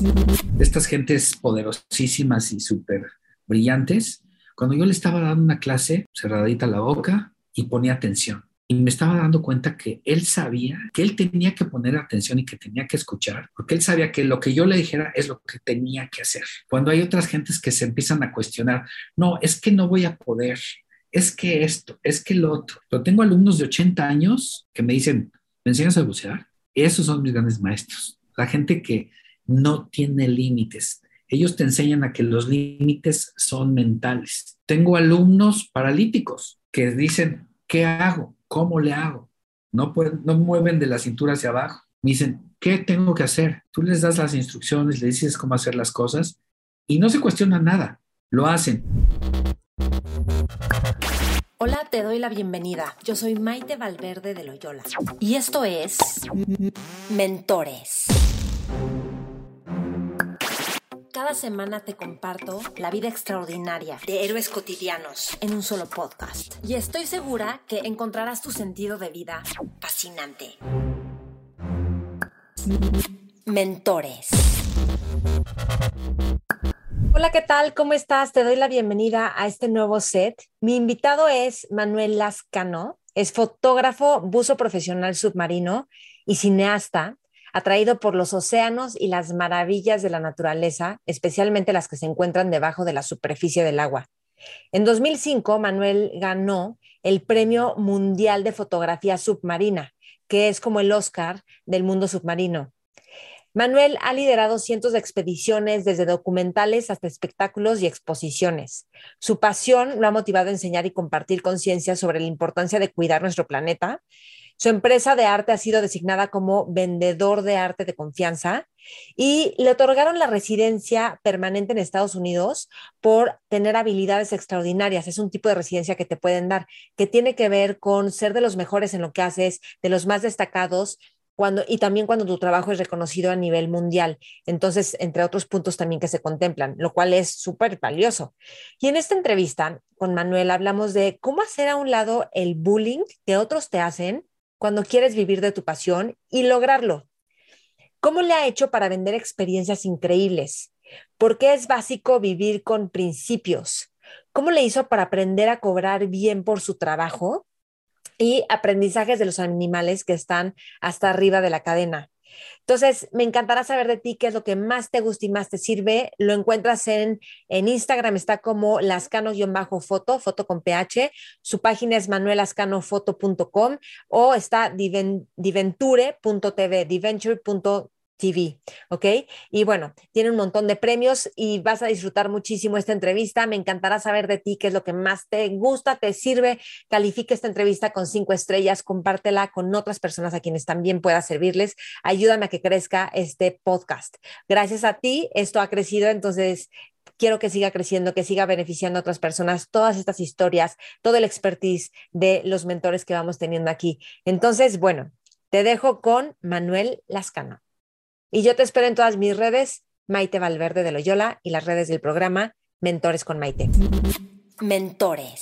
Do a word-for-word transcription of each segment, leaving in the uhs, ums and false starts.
Estas gentes poderosísimas y súper brillantes, cuando yo le estaba dando una clase, cerradita la boca y ponía atención. Y me estaba dando cuenta que él sabía que él tenía que poner atención y que tenía que escuchar, porque él sabía que lo que yo le dijera es lo que tenía que hacer. Cuando hay otras gentes que se empiezan a cuestionar, no, es que no voy a poder, es que esto, es que lo otro. Pero tengo alumnos de ochenta años que me dicen, ¿me enseñas a bucear? Esos son mis grandes maestros. La gente que no tiene límites. Ellos te enseñan a que los límites son mentales. Tengo alumnos paralíticos que dicen, ¿qué hago? ¿Cómo le hago? No, pueden, no mueven de la cintura hacia abajo. Me dicen, ¿qué tengo que hacer? Tú les das las instrucciones, les dices cómo hacer las cosas y no se cuestiona nada. Lo hacen. Hola, te doy la bienvenida. Yo soy Maite Valverde de Loyola y esto es Mentores. Cada semana te comparto la vida extraordinaria de héroes cotidianos en un solo podcast. Y estoy segura que encontrarás tu sentido de vida fascinante. Mentores. Hola, ¿qué tal? ¿Cómo estás? Te doy la bienvenida a este nuevo set. Mi invitado es Manuel Lascano. Es fotógrafo, buzo profesional submarino y cineasta, atraído por los océanos y las maravillas de la naturaleza, especialmente las que se encuentran debajo de la superficie del agua. En dos mil cinco, Manuel ganó el Premio Mundial de Fotografía Submarina, que es como el Oscar del mundo submarino. Manuel ha liderado cientos de expediciones, desde documentales hasta espectáculos y exposiciones. Su pasión lo ha motivado a enseñar y compartir conciencia sobre la importancia de cuidar nuestro planeta. Su empresa de arte ha sido designada como vendedor de arte de confianza y le otorgaron la residencia permanente en Estados Unidos por tener habilidades extraordinarias. Es un tipo de residencia que te pueden dar, que tiene que ver con ser de los mejores en lo que haces, de los más destacados, cuando, y también cuando tu trabajo es reconocido a nivel mundial. Entonces, entre otros puntos también que se contemplan, lo cual es súper valioso. Y en esta entrevista con Manuel hablamos de cómo hacer a un lado el bullying que otros te hacen cuando quieres vivir de tu pasión y lograrlo. ¿Cómo le ha hecho para vender experiencias increíbles? ¿Por qué es básico vivir con principios? ¿Cómo le hizo para aprender a cobrar bien por su trabajo? Y aprendizajes de los animales que están hasta arriba de la cadena. Entonces, me encantará saber de ti qué es lo que más te gusta y más te sirve. Lo encuentras en, en Instagram, está como lascano-foto, foto con ph. Su página es manuel lascano foto punto com o está diven, diventure punto t v, diventure punto t v, ¿ok? Y bueno, tiene un montón de premios y vas a disfrutar muchísimo esta entrevista. Me encantará saber de ti qué es lo que más te gusta, te sirve. Califica esta entrevista con cinco estrellas, compártela con otras personas a quienes también pueda servirles. Ayúdame a que crezca este podcast. Gracias a ti, esto ha crecido, entonces quiero que siga creciendo, que siga beneficiando a otras personas, todas estas historias, todo el expertise de los mentores que vamos teniendo aquí. Entonces, bueno, te dejo con Manuel Lascano. Y yo te espero en todas mis redes, Maite Valverde de Loyola, y las redes del programa Mentores con Maite. Mentores.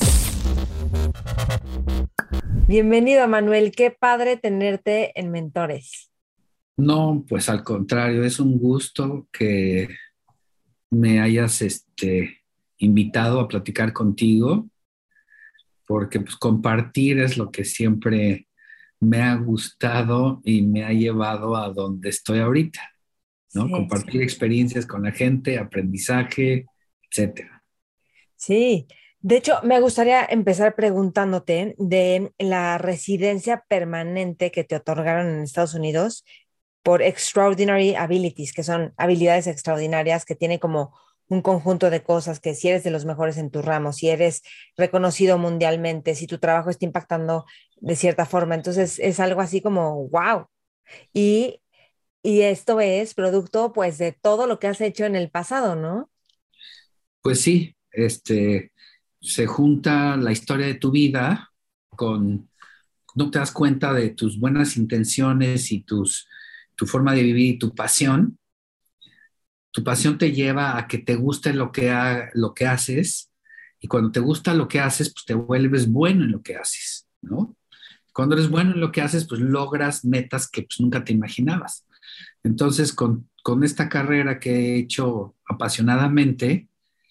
Bienvenido, Manuel. Qué padre tenerte en Mentores. No, pues al contrario, es un gusto que me hayas este, invitado a platicar contigo, porque pues, compartir es lo que siempre me ha gustado y me ha llevado a donde estoy ahorita, ¿no? Sí, Compartir sí. experiencias con la gente, aprendizaje, etcétera. Sí, de hecho, me gustaría empezar preguntándote de la residencia permanente que te otorgaron en Estados Unidos por Extraordinary Abilities, que son habilidades extraordinarias que tiene como un conjunto de cosas que si eres de los mejores en tu ramo, si eres reconocido mundialmente, si tu trabajo está impactando de cierta forma, entonces es algo así como wow. Y, y esto es producto pues de todo lo que has hecho en el pasado, ¿no? Pues sí, este, se junta la historia de tu vida con, no te das cuenta de tus buenas intenciones y tus, tu forma de vivir y tu pasión. Tu pasión te lleva a que te guste lo que, ha, lo que haces y cuando te gusta lo que haces, pues te vuelves bueno en lo que haces, ¿no? Cuando eres bueno en lo que haces, pues logras metas que pues, nunca te imaginabas. Entonces, con, con esta carrera que he hecho apasionadamente,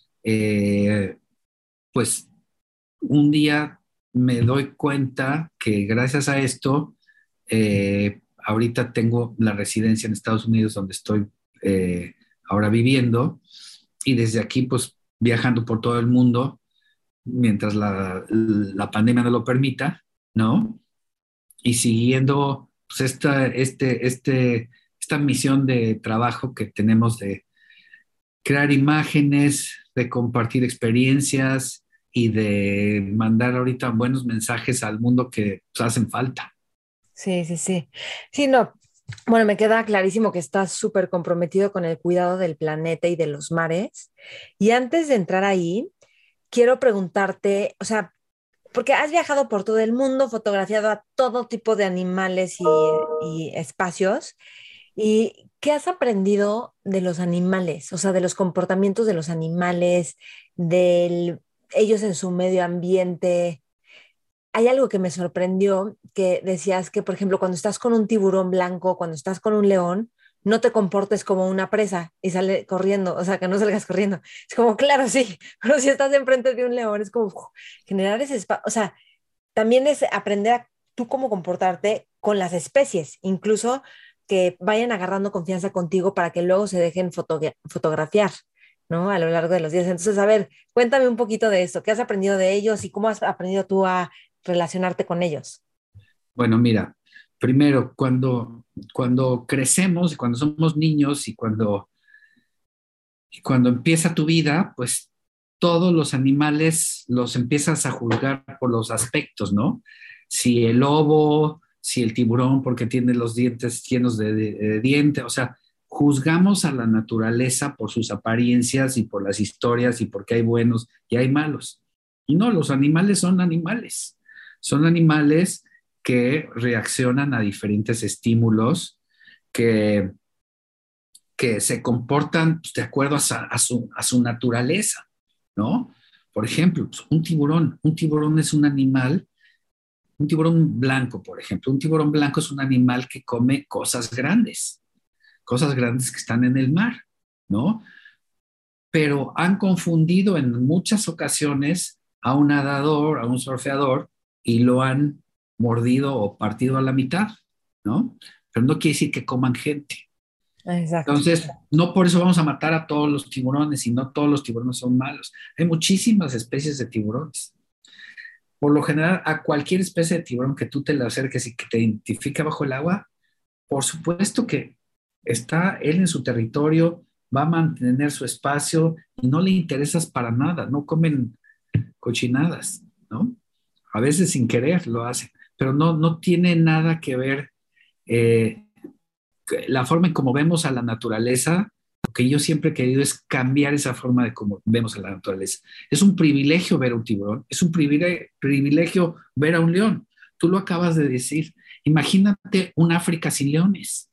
eh, pues un día me doy cuenta que gracias a esto, eh, ahorita tengo la residencia en Estados Unidos donde estoy eh, ahora viviendo y desde aquí pues viajando por todo el mundo mientras la, la pandemia no lo permita, ¿no? Y siguiendo pues, esta, este, este, esta misión de trabajo que tenemos de crear imágenes, de compartir experiencias y de mandar ahorita buenos mensajes al mundo que pues, hacen falta. Sí, sí, sí. Sí, no. Bueno, me queda clarísimo que estás súper comprometido con el cuidado del planeta y de los mares. Y antes de entrar ahí, quiero preguntarte, o sea, porque has viajado por todo el mundo, fotografiado a todo tipo de animales y, y espacios. ¿Y qué has aprendido de los animales? O sea, de los comportamientos de los animales, de ellos en su medio ambiente. Hay algo que me sorprendió, que decías que, por ejemplo, cuando estás con un tiburón blanco, cuando estás con un león, no te comportes como una presa y sale corriendo, o sea, que no salgas corriendo. Es como, claro, sí, pero si estás enfrente de un león, es como uf, generar ese espacio, o sea, también es aprender a tú cómo comportarte con las especies, incluso que vayan agarrando confianza contigo para que luego se dejen fotogra- fotografiar, ¿no? A lo largo de los días. Entonces, a ver, cuéntame un poquito de esto, ¿qué has aprendido de ellos y cómo has aprendido tú a relacionarte con ellos? Bueno, mira, primero, cuando, cuando crecemos, cuando somos niños y cuando, y cuando empieza tu vida, pues todos los animales los empiezas a juzgar por los aspectos, ¿no? Si el lobo, si el tiburón, porque tiene los dientes llenos de, de, de diente, o sea, juzgamos a la naturaleza por sus apariencias y por las historias y porque hay buenos y hay malos. Y no, los animales son animales. Son animales que reaccionan a diferentes estímulos, que que se comportan pues, de acuerdo a, sa- a su, a su naturaleza, ¿no? Por ejemplo, pues, un tiburón. Un tiburón es un animal, un tiburón blanco, por ejemplo. Un tiburón blanco es un animal que come cosas grandes, cosas grandes que están en el mar, ¿no? Pero han confundido en muchas ocasiones a un nadador, a un surfeador, y lo han mordido o partido a la mitad, ¿no? Pero no quiere decir que coman gente. Exacto. Entonces, no por eso vamos a matar a todos los tiburones y no todos los tiburones son malos. Hay muchísimas especies de tiburones. Por lo general, a cualquier especie de tiburón que tú te le acerques y que te identifique bajo el agua, por supuesto que está él en su territorio, va a mantener su espacio y no le interesas para nada, no comen cochinadas, ¿no? A veces sin querer lo hacen, pero no, no tiene nada que ver eh, la forma en cómo vemos a la naturaleza. Lo que yo siempre he querido es cambiar esa forma de cómo vemos a la naturaleza. Es un privilegio ver a un tiburón, es un privilegio, privilegio ver a un león. Tú lo acabas de decir. Imagínate un África sin leones.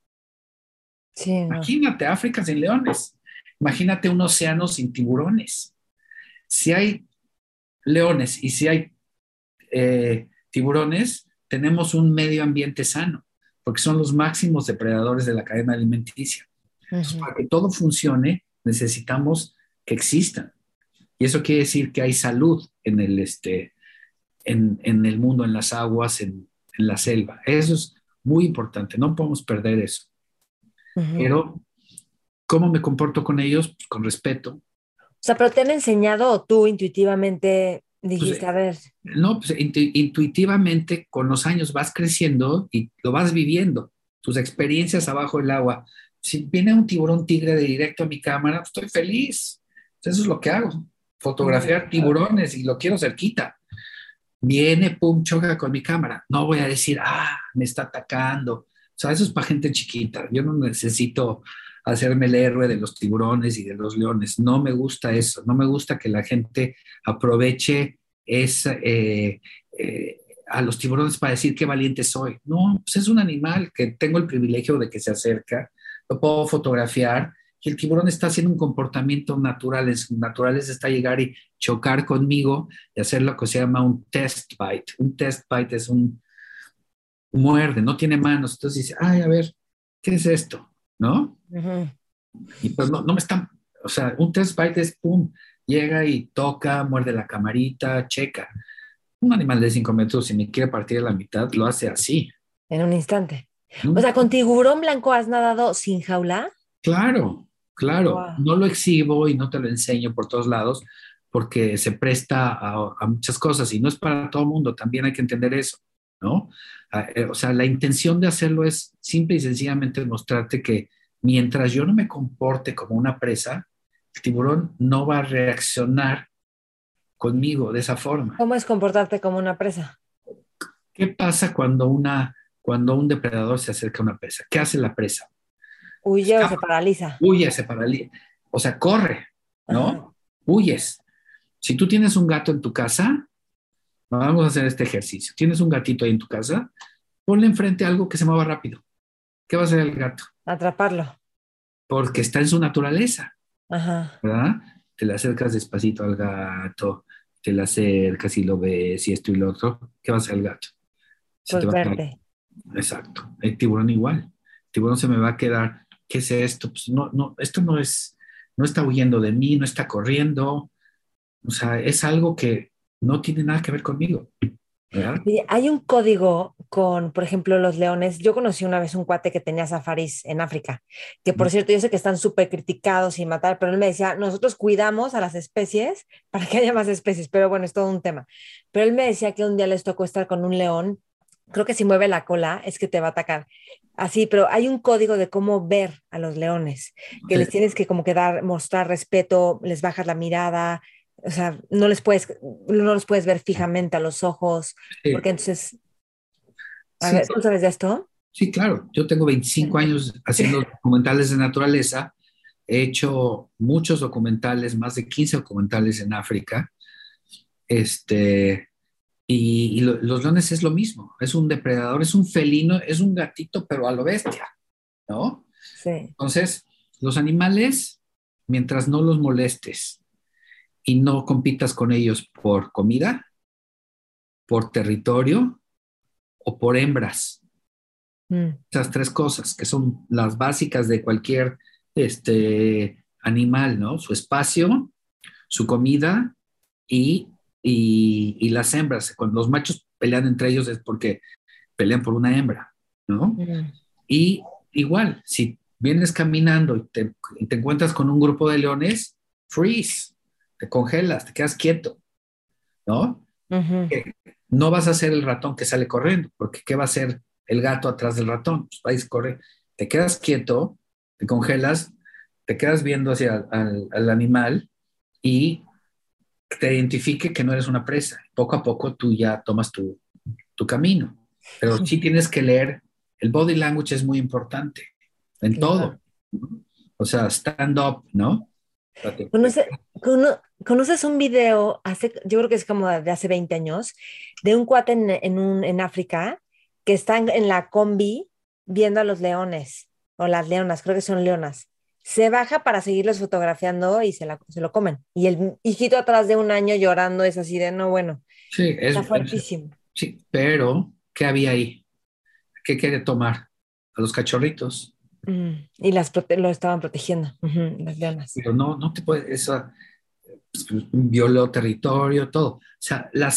Sí, no. Imagínate África sin leones. Imagínate un océano sin tiburones. Si hay leones y si hay eh, tiburones, tenemos un medio ambiente sano, porque son los máximos depredadores de la cadena alimenticia. Entonces, Ujú. para que todo funcione, necesitamos que existan. Y eso quiere decir que hay salud en el, este, en, en el mundo, en las aguas, en, en la selva. Eso es muy importante, no podemos perder eso. Ujú. Pero, ¿cómo me comporto con ellos? Pues, con respeto. O sea, pero te han enseñado o tú intuitivamente Pues, dijiste, eh, a ver, no, pues, intu- intuitivamente con los años vas creciendo y lo vas viviendo, tus experiencias abajo del agua. Si viene un tiburón tigre de directo a mi cámara, pues, estoy feliz. Eso es lo que hago, ujú, fotografiar tiburones y lo quiero cerquita. Viene, pum, choca con mi cámara. No voy a decir, ah, me está atacando. O sea, eso es para gente chiquita. Yo no necesito hacerme el héroe de los tiburones y de los leones. No me gusta eso. No me gusta que la gente aproveche esa, eh, eh, a los tiburones para decir qué valiente soy. No, pues es un animal que tengo el privilegio de que se acerca, lo puedo fotografiar y el tiburón está haciendo un comportamiento natural. En su naturaleza está llegar y chocar conmigo y hacer lo que se llama un test bite. Un test bite es un muerde, no tiene manos. Entonces dice, ay, a ver, ¿qué es esto? ¿no? Ujú. Y pues no, no me están, o sea, un test bite es pum, llega y toca, muerde la camarita, checa. Un animal de cinco metros, si me quiere partir a la mitad, lo hace así. En un instante. O sea, Nunca. ¿con tiburón blanco has nadado sin jaula? Claro, claro. Wow. No lo exhibo y no te lo enseño por todos lados porque se presta a, a muchas cosas y no es para todo el mundo, también hay que entender eso, ¿no? Ah, eh, O sea, la intención de hacerlo es simple y sencillamente mostrarte que mientras yo no me comporte como una presa, el tiburón no va a reaccionar conmigo de esa forma. ¿Cómo es comportarte como una presa? ¿Qué pasa cuando una, cuando un depredador se acerca a una presa? ¿Qué hace la presa? Huye o se Escapa, paraliza. huye, se paraliza, o sea, corre, Ajá. ¿no? Huyes. Si tú tienes un gato en tu casa, vamos a hacer este ejercicio. Tienes un gatito ahí en tu casa, ponle enfrente algo que se mueva rápido. ¿Qué va a hacer el gato? Atraparlo. Porque está en su naturaleza, Ajá. ¿verdad? Te le acercas despacito al gato, te le acercas y lo ves y esto y lo otro. ¿Qué va a hacer el gato? Se te Pues va a quedar. verte. Exacto. El tiburón igual. El tiburón se me va a quedar. ¿Qué es esto? Pues no, no, esto no es, no está huyendo de mí, no está corriendo. O sea, es algo que no tiene nada que ver conmigo, ¿verdad? Oye, hay un código con, por ejemplo, los leones. Yo conocí una vez un cuate que tenía safaris en África, que por cierto, yo sé que están súper criticados y matar, pero él me decía, nosotros cuidamos a las especies para que haya más especies, pero bueno, es todo un tema. Pero él me decía que un día les tocó estar con un león, creo que si mueve la cola es que te va a atacar. Así, pero hay un código de cómo ver a los leones, que Sí, les tienes que como que dar, mostrar respeto, les bajas la mirada, o sea, no les puedes, no los puedes ver fijamente a los ojos, porque sí, entonces, a sí, ver, ¿tú sabes de esto? sí, claro. Yo tengo veinticinco años haciendo documentales de naturaleza. He hecho muchos documentales, más de quince documentales en África. Este, y, y lo- los leones es lo mismo. Es un depredador, es un felino, es un gatito, pero a lo bestia, ¿no? Sí. Entonces, los animales, mientras no los molestes y no compitas con ellos por comida, por territorio o por hembras, Mm, esas tres cosas que son las básicas de cualquier este, animal, ¿no? Su espacio, su comida y, y, y las hembras. Cuando los machos pelean entre ellos es porque pelean por una hembra, ¿no? mm, Y igual, si vienes caminando y te, y te encuentras con un grupo de leones, freeze, te congelas, te quedas quieto, ¿no? ujú. Que no vas a ser el ratón que sale corriendo, porque ¿qué va a hacer el gato atrás del ratón? Pues va a correr. Te quedas quieto, te congelas, te quedas viendo hacia al, al animal y te identifique que no eres una presa. Poco a poco tú ya tomas tu, tu camino. Pero sí tienes que leer, el body language es muy importante en Claro. todo, ¿no? O sea, stand up, ¿no? O sea, te- te- Conoce- cono- ¿Conoces un video hace, yo creo que es como de hace veinte años, de un cuate en, en, un, en África que está en, en la combi viendo a los leones o las leonas, creo que son leonas. Se baja para seguirlos fotografiando y se, la, se lo comen. Y el hijito atrás de un año llorando es así de, no, bueno, sí, es, está es- fuertísimo. sí, pero ¿qué había ahí? ¿Qué quiere tomar? A los cachorritos. Mm, y las prote- lo estaban protegiendo, ujú, las leonas. Pero no, no te puedes, eso pues, violó territorio, todo. O sea, la-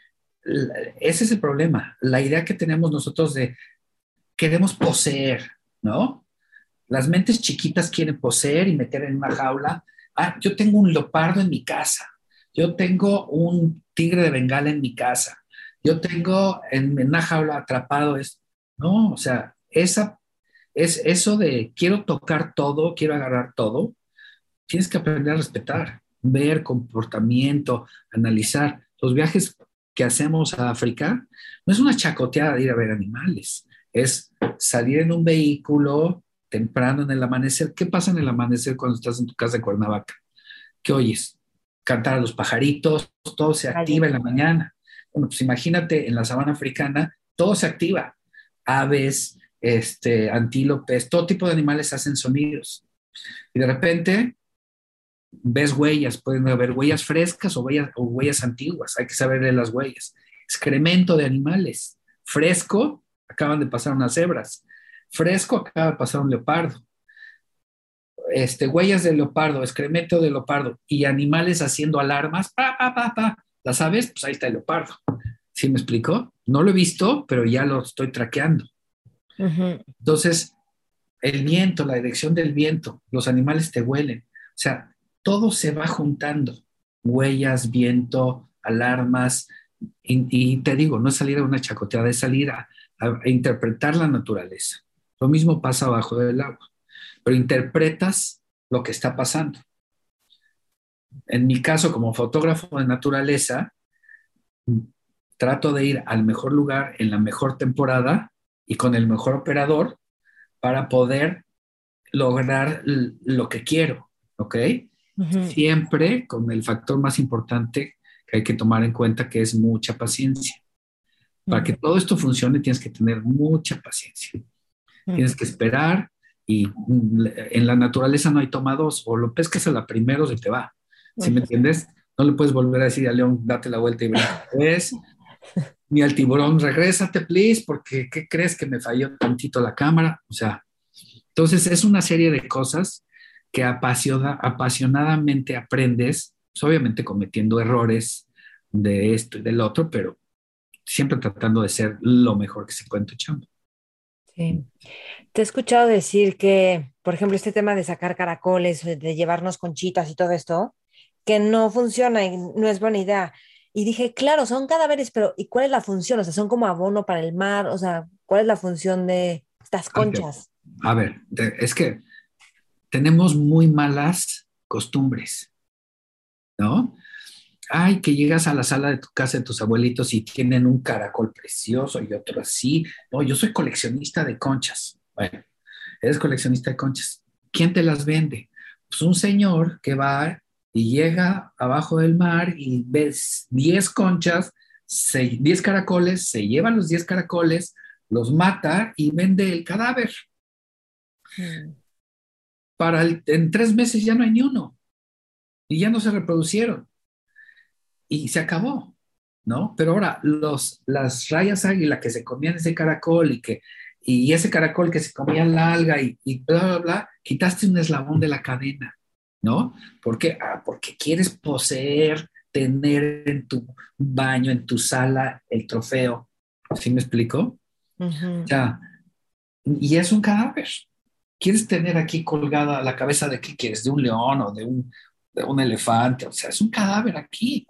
la- ese es el problema. La idea que tenemos nosotros de queremos poseer, ¿no? Las mentes chiquitas quieren poseer y meter en una jaula. Ah, yo tengo un leopardo en mi casa. Yo tengo un tigre de Bengala en mi casa. Yo tengo en, en una jaula atrapado. Es, no, o sea, esa, es eso de quiero tocar todo, quiero agarrar todo. Tienes que aprender a respetar, ver comportamiento, analizar. Los viajes que hacemos a África no es una chacoteada de ir a ver animales, es salir en un vehículo temprano en el amanecer. ¿Qué pasa en el amanecer cuando estás en tu casa de Cuernavaca? ¿Qué oyes? Cantar a los pajaritos, todo se activa en la Gallinas. mañana. Bueno, pues imagínate en la sabana africana, todo se activa. Aves, este, antílopes, todo tipo de animales hacen sonidos. Y de repente ves huellas, pueden haber huellas frescas o huellas, o huellas antiguas, hay que saber de las huellas. Excremento de animales, fresco, acaban de pasar unas cebras, fresco, acaba de pasar un leopardo. este, huellas de leopardo, excremento de leopardo y animales haciendo alarmas, pa, pa, pa, pa, ¿las sabes? Pues ahí está el leopardo. ¿Sí me explicó? No lo he visto, pero ya lo estoy traqueando. Ujú. Entonces, el viento, la dirección del viento, los animales te huelen. O sea, todo se va juntando. Huellas, viento, alarmas. Y, y te digo, no es salir a una chacoteada, es salir a, a, a interpretar la naturaleza. Lo mismo pasa abajo del agua, pero interpretas lo que está pasando. En mi caso, como fotógrafo de naturaleza, trato de ir al mejor lugar en la mejor temporada y con el mejor operador para poder lograr lo que quiero, ¿ok? Ujú. Siempre con el factor más importante que hay que tomar en cuenta, que es mucha paciencia. Para que Ujú. todo esto funcione, tienes que tener mucha paciencia. Tienes Ujú. que esperar y en la naturaleza no hay toma dos, o lo pescas a la primera o se te va. ¿Sí me Ujú. entiendes? No le puedes volver a decir al león, date la vuelta y brinca. ¿Ves? Ni al tiburón, regrésate, please, porque ¿qué crees que me falló tantito la cámara? O sea, entonces es una serie de cosas que apasiona, apasionadamente aprendes, pues obviamente cometiendo errores de esto y del otro, pero siempre tratando de ser lo mejor que se puede en tu chamba. Sí. Te he escuchado decir que, por ejemplo, este tema de sacar caracoles, eh, de llevarnos conchitas y todo esto, que no funciona y no es buena idea. Y dije, claro, son cadáveres, pero ¿y cuál es la función? O sea, son como abono para el mar, o sea, ¿cuál es la función de estas Okay. conchas? A ver, es que tenemos muy malas costumbres, ¿no? Ay, que llegas a la sala de tu casa de tus abuelitos y tienen un caracol precioso y otro así. No, yo soy coleccionista de conchas. Bueno, eres coleccionista de conchas. ¿Quién te las vende? Pues un señor que va y llega abajo del mar y ves diez conchas, se- diez caracoles, se lleva los diez caracoles, los mata y vende el cadáver. Mm. Para el- en tres meses ya no hay ni uno y ya no se reproducieron y se acabó, ¿no? Pero ahora los, las rayas águila que se comían ese caracol y que y ese caracol que se comía la alga y, y bla, bla, bla, quitaste un eslabón de la cadena, ¿no? ¿Por qué? Ah, porque quieres poseer, tener en tu baño, en tu sala, el trofeo. ¿Sí me explico? O Ujú. sea, y es un cadáver. ¿Quieres tener aquí colgada la cabeza de qué quieres? ¿De un león o de un, de un elefante? O sea, es un cadáver aquí.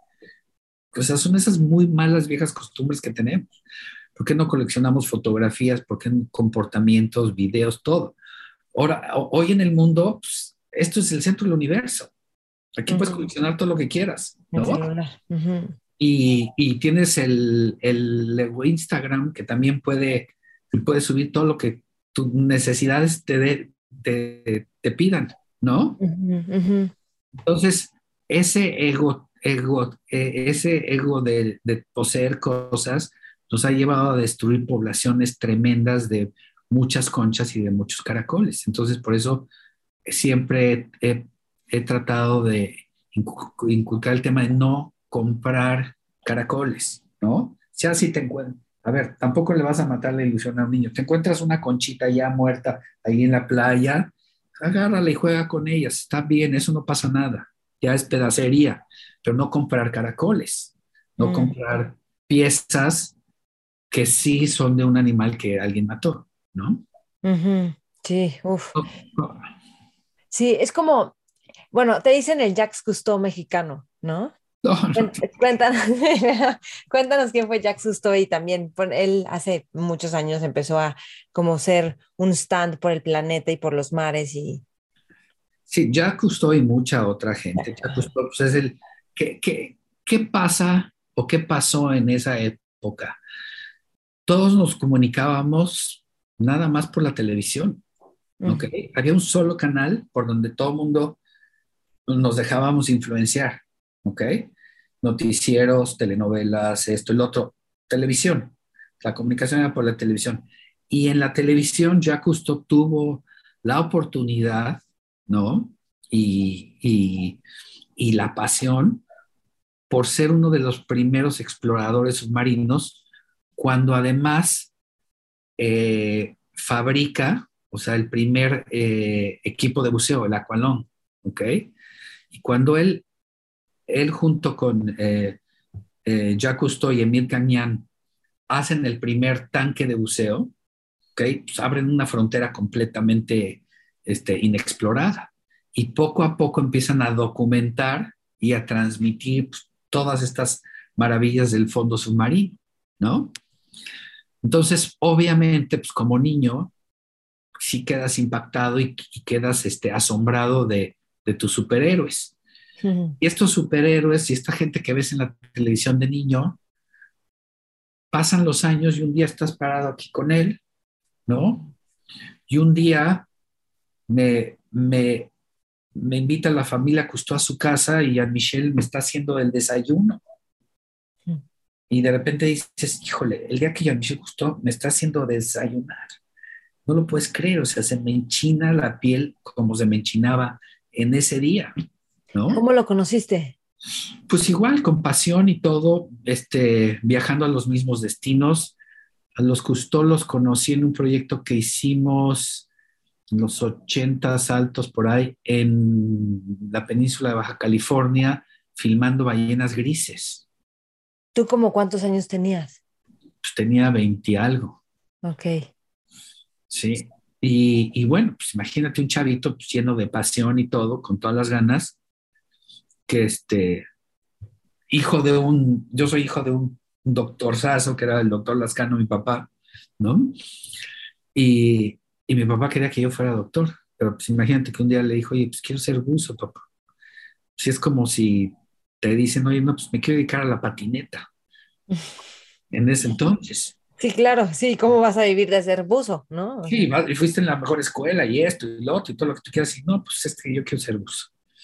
O sea, son esas muy malas viejas costumbres que tenemos. ¿Por qué no coleccionamos fotografías? ¿Por qué no comportamientos, videos, todo? Ahora, ho- hoy en el mundo, pues, esto es el centro del universo. Aquí puedes Ujú. coleccionar todo lo que quieras, El ¿no? celular. Ujú. Y, y tienes el, el Instagram que también puede, puede subir todo lo que tus necesidades te, de- te, te pidan, ¿no? Ujú. Ujú. Entonces, ese ego, ego, eh, ese ego de, de poseer cosas nos ha llevado a destruir poblaciones tremendas de muchas conchas y de muchos caracoles. Entonces, por eso siempre he, he tratado de incu- inculcar el tema de no comprar caracoles, ¿no? Si así te encuentras, a ver, tampoco le vas a matar la ilusión a un niño. Te encuentras una conchita ya muerta ahí en la playa, agárrala y juega con ellas. Está bien, eso no pasa nada. Ya es pedacería, pero no comprar caracoles, no Mm. comprar piezas que sí son de un animal que alguien mató, ¿no? Ujú. Sí, uff. No, no, Sí, es como, bueno, te dicen el Jacques Cousteau mexicano, ¿no? no, no. Cuen- Cuéntanos, cuéntanos quién fue Jacques Cousteau y también por- él hace muchos años empezó a como ser un stand por el planeta y por los mares y Sí, Jacques Cousteau y mucha otra gente. Jacques Cousteau, pues, es el, ¿qué, qué, qué pasa o qué pasó en esa época? Todos nos comunicábamos nada más por la televisión, ¿ok? Ujú. Había un solo canal por donde todo el mundo nos dejábamos influenciar, ¿ok? Noticieros, telenovelas, esto, el otro, televisión. La comunicación era por la televisión. Y en la televisión Jacques Cousteau tuvo la oportunidad, ¿no? Y, y, y la pasión por ser uno de los primeros exploradores submarinos, cuando además eh, fabrica o sea, el primer eh, equipo de buceo, el Aqualón, ¿ok? Y cuando él, él junto con eh, eh, Jacques Cousteau y Emile Gagnan hacen el primer tanque de buceo, ¿ok? Pues abren una frontera completamente este, inexplorada y poco a poco empiezan a documentar y a transmitir pues, todas estas maravillas del fondo submarino, ¿no? Entonces, obviamente, pues como niño, sí quedas impactado y, y quedas este, asombrado de, de tus superhéroes. Ujú. Y estos superhéroes y esta gente que ves en la televisión de niño, pasan los años y un día estás parado aquí con él, ¿no? Y un día me, me, me invita la familia Cousteau a su casa y a Michelle me está haciendo el desayuno. Y de repente dices, híjole, el día que Jean-Michel Cousteau me está haciendo desayunar, no lo puedes creer, o sea, se me enchina la piel como se me enchinaba en ese día, ¿no? ¿Cómo lo conociste? Pues igual, con pasión y todo, este, viajando a los mismos destinos. A los Cousteau los conocí en un proyecto que hicimos en los ochentas altos por ahí en la península de Baja California, filmando ballenas grises. ¿Tú como cuántos años tenías? Pues tenía veinte algo, Ok. ¿sí? Y, y bueno, pues imagínate un chavito pues, lleno de pasión y todo, con todas las ganas, que este, hijo de un, yo soy hijo de un doctorzazo, que era el doctor Lascano, mi papá, ¿no? Y, y mi papá quería que yo fuera doctor, pero pues imagínate que un día le dijo, oye, pues quiero ser buzo, papá. Si es como si te dicen, oye, no, pues me quiero dedicar a la patineta en ese entonces. Sí, claro, sí, ¿cómo vas a vivir de ser buzo, no? O Sí, sea, vas- y fuiste en la mejor escuela y esto y lo otro y todo lo que tú quieras. Y no, pues es que yo quiero ser buzo.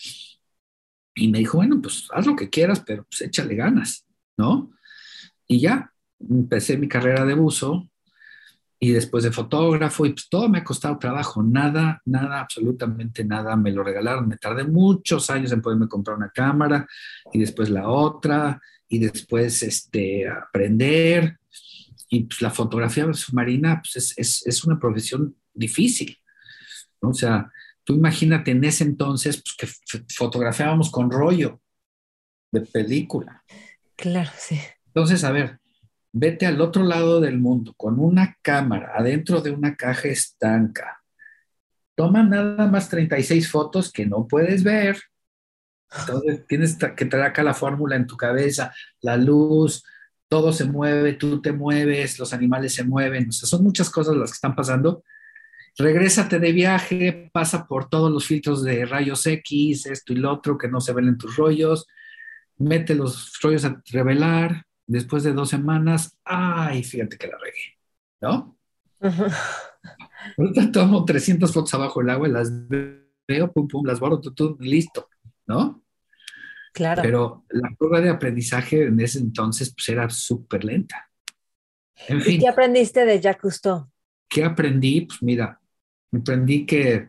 Y me dijo, bueno, pues haz lo que quieras, pero pues échale ganas, ¿no? Y ya, empecé mi carrera de buzo y después de fotógrafo y pues todo me ha costado trabajo, nada, nada, absolutamente nada, me lo regalaron, me tardé muchos años en poderme comprar una cámara y después la otra y después este, aprender y pues la fotografía submarina pues es, es, es una profesión difícil, ¿no? O sea, tú imagínate en ese entonces pues, que f- fotografiábamos con rollo de película. claro, sí. Entonces, a ver, vete al otro lado del mundo con una cámara adentro de una caja estanca. Toma nada más treinta y seis fotos que no puedes ver. Entonces tienes que traer acá la fórmula en tu cabeza, la luz, todo se mueve, tú te mueves, los animales se mueven. O sea, son muchas cosas las que están pasando. Regrésate de viaje, pasa por todos los filtros de rayos X, esto y lo otro que no se ven en tus rollos, mete los rollos a revelar. Después de dos semanas, ay, fíjate que la regué, ¿no? Ujú. Ahorita tomo trescientas fotos abajo del agua, las veo, pum, pum, las borro, tú, listo, ¿no? Claro. Pero la curva de aprendizaje en ese entonces pues era súper lenta. En ¿Y qué fin, aprendiste de Jacques Cousteau? ¿qué aprendí? Pues mira, aprendí que,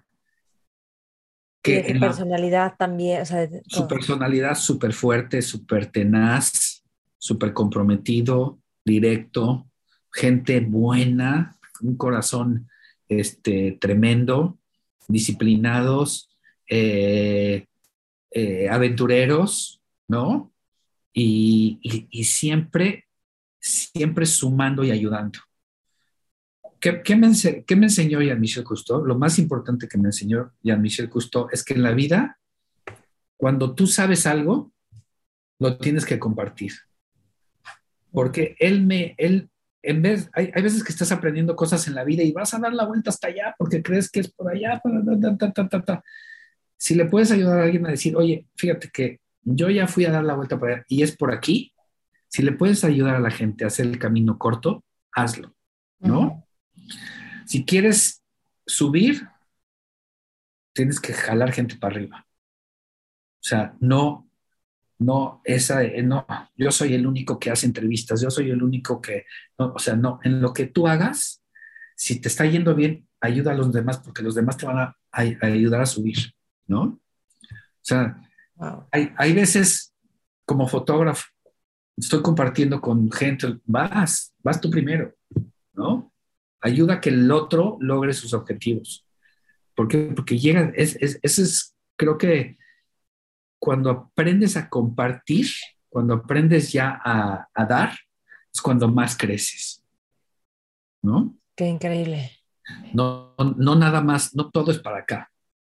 Y que de su en la, personalidad también, o sea, de su todo. personalidad súper fuerte, súper tenaz, súper comprometido, directo, gente buena, un corazón este, tremendo, disciplinados, eh, eh, aventureros, ¿no? Y, y, y siempre, siempre sumando y ayudando. ¿Qué, qué, me, ense- qué me enseñó Jean-Michel Cousteau? Lo más importante que me enseñó Jean-Michel Cousteau es que en la vida, cuando tú sabes algo, lo tienes que compartir. Ujú. Porque él me, él, en vez, hay, hay veces que estás aprendiendo cosas en la vida y vas a dar la vuelta hasta allá porque crees que es por allá, ta, ta, ta, ta, ta, ta. Si le puedes ayudar a alguien a decir, oye, fíjate que yo ya fui a dar la vuelta por allá y es por aquí, si le puedes ayudar a la gente a hacer el camino corto, hazlo, Ujú. ¿no? Si quieres subir, tienes que jalar gente para arriba. O sea, no, no, esa, eh, no, yo soy el único que hace entrevistas, yo soy el único que, no, o sea, no, en lo que tú hagas, si te está yendo bien, ayuda a los demás porque los demás te van a, a- a ayudar a subir, ¿no? O sea, Wow. hay, hay veces como fotógrafo, estoy compartiendo con gente, vas, vas tú primero, ¿no? ayuda a que el otro logre sus objetivos. ¿Por qué? Porque llega, es, es, eso es, creo que cuando aprendes a compartir, cuando aprendes ya a, a dar, es cuando más creces, ¿no? Qué increíble. No, no nada más, no todo es para acá.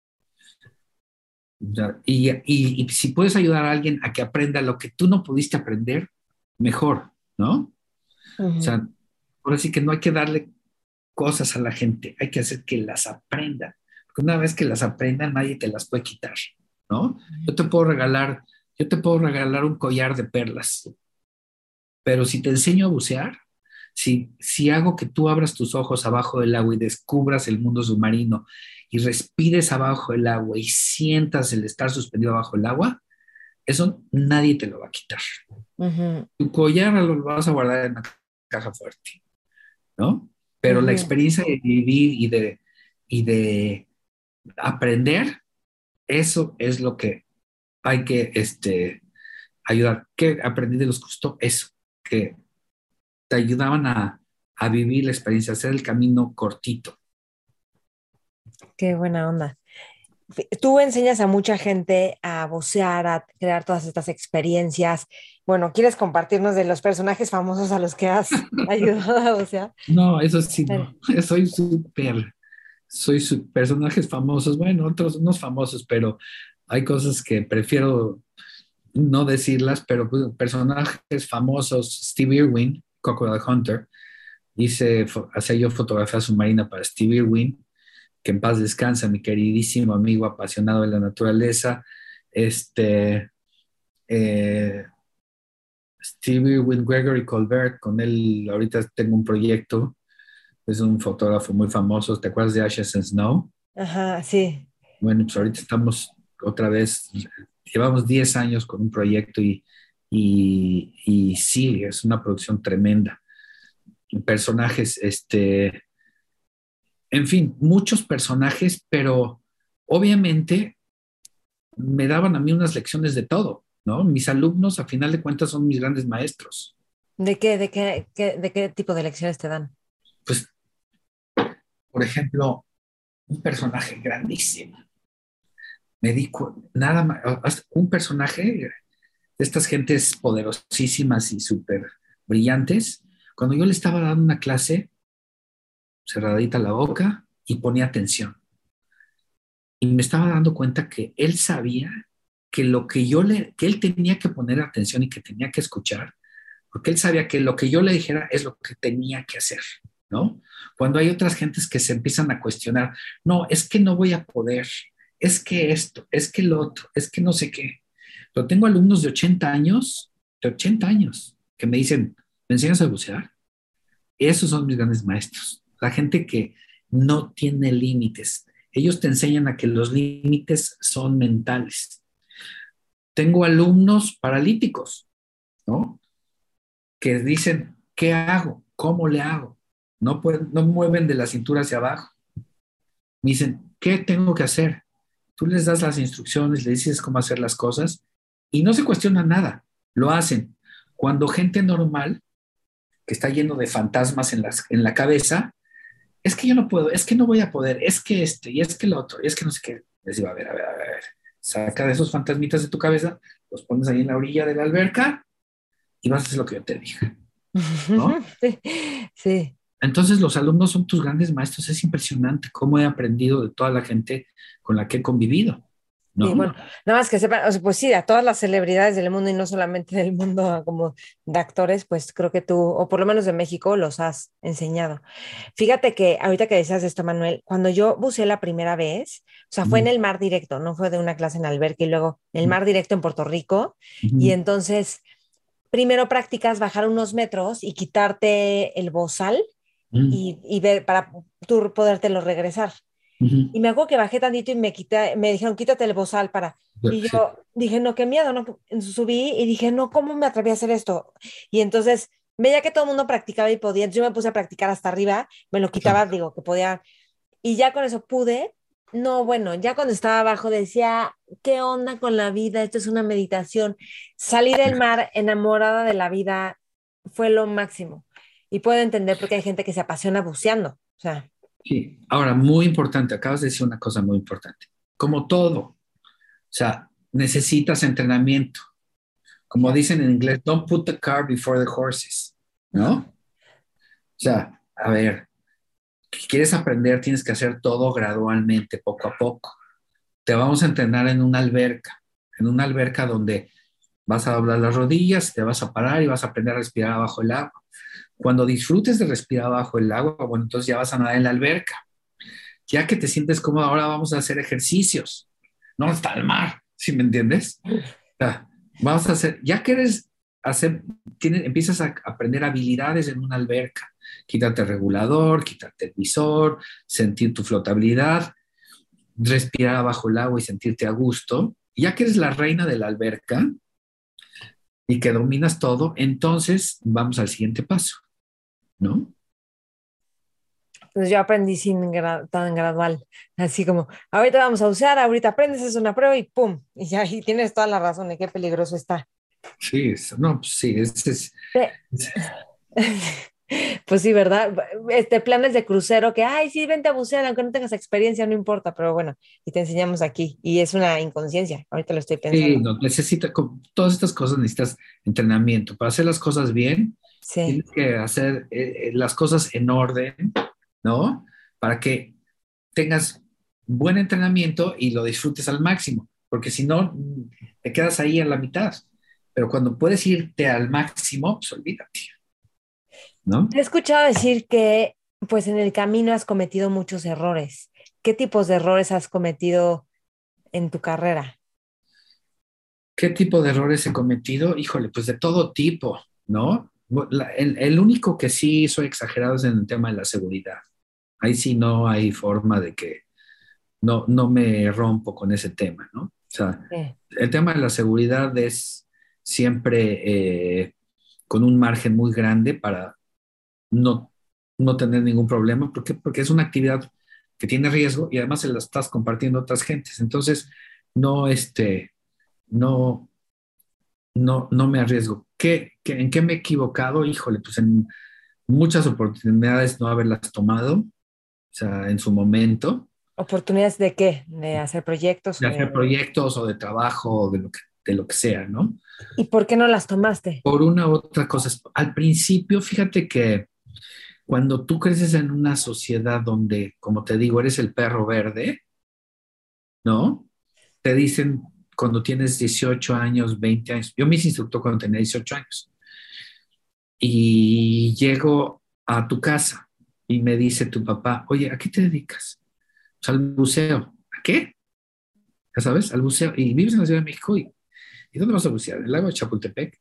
O sea, y, y, y si puedes ayudar a alguien a que aprenda lo que tú no pudiste aprender, mejor, ¿no? O Ujú. sea, ahora sí que no hay que darle cosas a la gente, hay que hacer que las aprenda. Porque una vez que las aprendan, nadie te las puede quitar, ¿no? Yo te puedo regalar, yo te puedo regalar un collar de perlas, pero si te enseño a bucear, si, si hago que tú abras tus ojos abajo del agua y descubras el mundo submarino y respires abajo del agua y sientas el estar suspendido abajo del agua, eso nadie te lo va a quitar. Ujú, Tu collar lo vas a guardar en una caja fuerte, ¿no? Pero la ujú. experiencia de vivir y de, y de aprender, eso es lo que hay que este, ayudar. ¿Qué aprendí de los costó? Eso, que te ayudaban a, a vivir la experiencia, a hacer el camino cortito. Qué buena onda. Fi- Tú enseñas a mucha gente a bucear, a crear todas estas experiencias. Bueno, ¿quieres compartirnos de los personajes famosos a los que has ayudado a bucear? No, eso sí, Dale. no. Soy súper, soy su- personajes famosos, bueno, otros no famosos, pero hay cosas que prefiero no decirlas, pero pues, personajes famosos, Steve Irwin, Crocodile Hunter, hice, fo- hacía yo fotografía submarina para Steve Irwin, que en paz descansa, mi queridísimo amigo apasionado de la naturaleza. Este, eh, Steve Irwin, Gregory Colbert, con él ahorita tengo un proyecto, es un fotógrafo muy famoso, ¿te acuerdas de Ashes and Snow? Ajá, sí. Bueno, pues ahorita estamos otra vez, llevamos diez años con un proyecto y, y, y sí, es una producción tremenda. Personajes, este, en fin, muchos personajes, pero obviamente me daban a mí unas lecciones de todo, ¿no? Mis alumnos, a final de cuentas, son mis grandes maestros. ¿De qué, de qué, qué- de qué tipo de lecciones te dan? Pues, por ejemplo, un personaje grandísimo. Me di cu- nada más, un personaje de estas gentes poderosísimas y súper brillantes. Cuando yo le estaba dando una clase, cerradita la boca y ponía atención. Y me estaba dando cuenta que él sabía que lo que yo le, que él tenía que poner atención y que tenía que escuchar, porque él sabía que lo que yo le dijera es lo que tenía que hacer, ¿no? Cuando hay otras gentes que se empiezan a cuestionar, no, es que no voy a poder, es que esto, es que lo otro, es que no sé qué. Pero tengo alumnos de ochenta años, de ochenta años, que me dicen, ¿me enseñas a bucear? Esos son mis grandes maestros. La gente que no tiene límites. Ellos te enseñan a que los límites son mentales. Tengo alumnos paralíticos, ¿no? Que dicen, ¿qué hago? ¿Cómo le hago? No, pueden, no mueven de la cintura hacia abajo. Me dicen, ¿qué tengo que hacer? Tú les das las instrucciones, les dices cómo hacer las cosas y no se cuestiona nada, lo hacen. Cuando gente normal, que está lleno de fantasmas en, las, en la cabeza, es que yo no puedo, es que no voy a poder, es que este, y es que el otro, y es que no sé qué. Les digo, a ver, a ver, a ver, a ver. Saca de esos fantasmitas de tu cabeza, los pones ahí en la orilla de la alberca y vas a hacer lo que yo te dije, ¿no? Sí, sí. Entonces los alumnos son tus grandes maestros. Es impresionante cómo he aprendido de toda la gente con la que he convivido, Sí, ¿no? bueno, nada más que sepan, o sea, pues sí, a todas las celebridades del mundo y no solamente del mundo ah, como de actores, pues creo que tú, o por lo menos de México, los has enseñado. Fíjate que ahorita que decías esto, Manuel, cuando yo buceé la primera vez, o sea, fue en Mm, el mar directo, no fue de una clase en alberca y luego en el mm, mar directo en Puerto Rico, y mm, entonces primero practicas bajar unos metros y quitarte el bozal mm, y, y ver para tú podértelo regresar. mm. Y me acuerdo que bajé tantito y me quité, me dijeron, quítate el bozal para. Y Sí, yo dije, no, qué miedo, ¿no? Subí y dije, no, ¿cómo me atreví a hacer esto? Y entonces veía que todo el mundo practicaba y podía, entonces yo me puse a practicar hasta arriba, me lo quitaba, exacto. digo, que podía, y ya con eso pude. No, bueno, ya cuando estaba abajo decía, ¿qué onda con la vida? Esto es una meditación. Salir del mar enamorada de la vida fue lo máximo. Y puedo entender porque hay gente que se apasiona buceando. O sea, Sí. Ahora, muy importante, acabas de decir una cosa muy importante. Como todo, o sea, necesitas entrenamiento. Como claro. dicen en inglés, don't put the cart before the horses, ¿no? O sea, a ver, quieres aprender, tienes que hacer todo gradualmente, poco a poco. Te vamos a entrenar en una alberca, en una alberca donde vas a doblar las rodillas, te vas a parar y vas a aprender a respirar bajo el agua. Cuando disfrutes de respirar bajo el agua, bueno, entonces ya vas a nadar en la alberca. Ya que te sientes cómodo, ahora vamos a hacer ejercicios. No está el mar, ¿sí me entiendes? O sea, vamos a hacer, ya que eres, hacer, tienes, empiezas a aprender habilidades en una alberca. Quítate el regulador, quítate el visor, sentir tu flotabilidad, respirar bajo el agua y sentirte a gusto. Ya que eres la reina de la alberca y que dominas todo, entonces vamos al siguiente paso, ¿no? Pues yo aprendí sin gra- tan gradual, así como, ahorita vamos a usar, ahorita aprendes, es una prueba y ¡pum! Y ya, y tienes toda la razón de qué peligroso está. Sí, es- no, pues sí, es, es- Pe- es- Pues sí, ¿verdad? Este, planes de crucero que, ay, sí, vente a bucear, aunque no tengas experiencia, no importa, pero bueno, y te enseñamos aquí. Y es una inconsciencia, ahorita lo estoy sí, pensando. no, necesita, con todas estas cosas necesitas entrenamiento. Para hacer las cosas bien, Sí. tienes que hacer eh, eh, las cosas en orden, ¿no? Para que tengas buen entrenamiento y lo disfrutes al máximo, porque si no, mm, te quedas ahí a la mitad. Pero cuando puedes irte al máximo, pues olvídate, ¿no? Te he escuchado decir que, pues en el camino has cometido muchos errores. ¿Qué tipos de errores has cometido en tu carrera? ¿Qué tipo de errores he cometido? Híjole, pues de todo tipo, ¿no? La- el, el único que sí soy exagerado es en el tema de la seguridad. Ahí sí no hay forma de que no, no me rompo con ese tema, ¿no? O sea, Sí. el tema de la seguridad es siempre eh, con un margen muy grande para no, no tener ningún problema. ¿Por qué? Porque es una actividad que tiene riesgo y además se la estás compartiendo a otras gentes. Entonces, no, este, no, no, no me arriesgo. ¿Qué, qué- en qué me he equivocado? Híjole, pues en muchas oportunidades no haberlas tomado, o sea, en su momento, ¿Oportunidades de qué? ¿De hacer proyectos de o hacer de... proyectos o de trabajo o de lo que, de lo que sea, ¿no? ¿Y por qué no las tomaste? Por una u otra cosa. Al principio, fíjate que cuando tú creces en una sociedad donde, como te digo, eres el perro verde, ¿no? Te dicen cuando tienes dieciocho años, veinte años. Yo me hice instructor cuando tenía dieciocho años y llego a tu casa y me dice tu papá, oye, ¿a qué te dedicas? Pues al buceo. ¿A qué? Ya sabes, al buceo. Y vives en la Ciudad de México. ¿Y, ¿y dónde vas a bucear? ¿En el lago de Chapultepec?